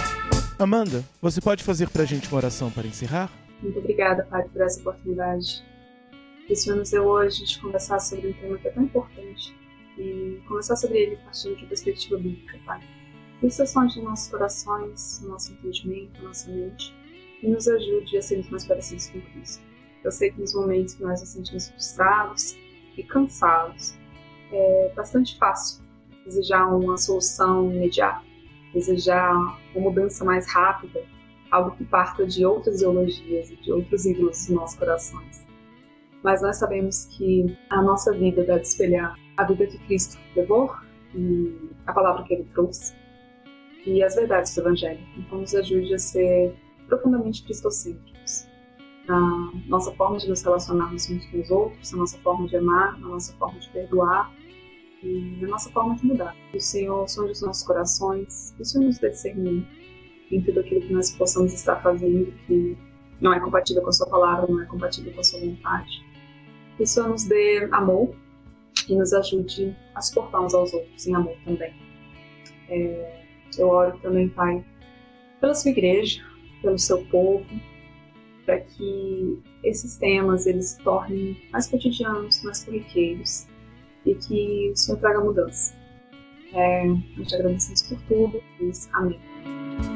Amanda, você pode fazer pra gente uma oração para encerrar? Muito obrigada, Pai, por essa oportunidade que o Senhor nos deu hoje de conversar sobre um tema que é tão importante e conversar sobre ele a partir de uma perspectiva bíblica, Pai. Isso é só de nossos corações, nosso entendimento, nossa mente e nos ajude a sermos mais parecidos com Cristo. Eu sei que nos momentos que nós nos sentimos frustrados e cansados, é bastante fácil desejar uma solução imediata, desejar uma mudança mais rápida, algo que parta de outras ideologias e de outros ídolos dos nossos corações. Mas nós sabemos que a nossa vida deve espelhar a vida que Cristo levou e a palavra que Ele trouxe e as verdades do Evangelho. Então nos ajude a ser profundamente cristocêntricos na nossa forma de nos relacionarmos uns com os outros, na nossa forma de amar, na nossa forma de perdoar e na nossa forma de mudar. Que o Senhor sonde os nossos corações, que o Senhor nos dê discernimento em tudo aquilo que nós possamos estar fazendo que não é compatível com a sua palavra, não é compatível com a sua vontade. Que o Senhor nos dê amor e nos ajude a suportar uns aos outros em amor também. É, eu oro também, Pai, pela sua igreja, pelo seu povo, para que esses temas eles se tornem mais cotidianos, mais corriqueiros e que o Senhor traga mudança. É, nós te agradecemos por tudo. Amém.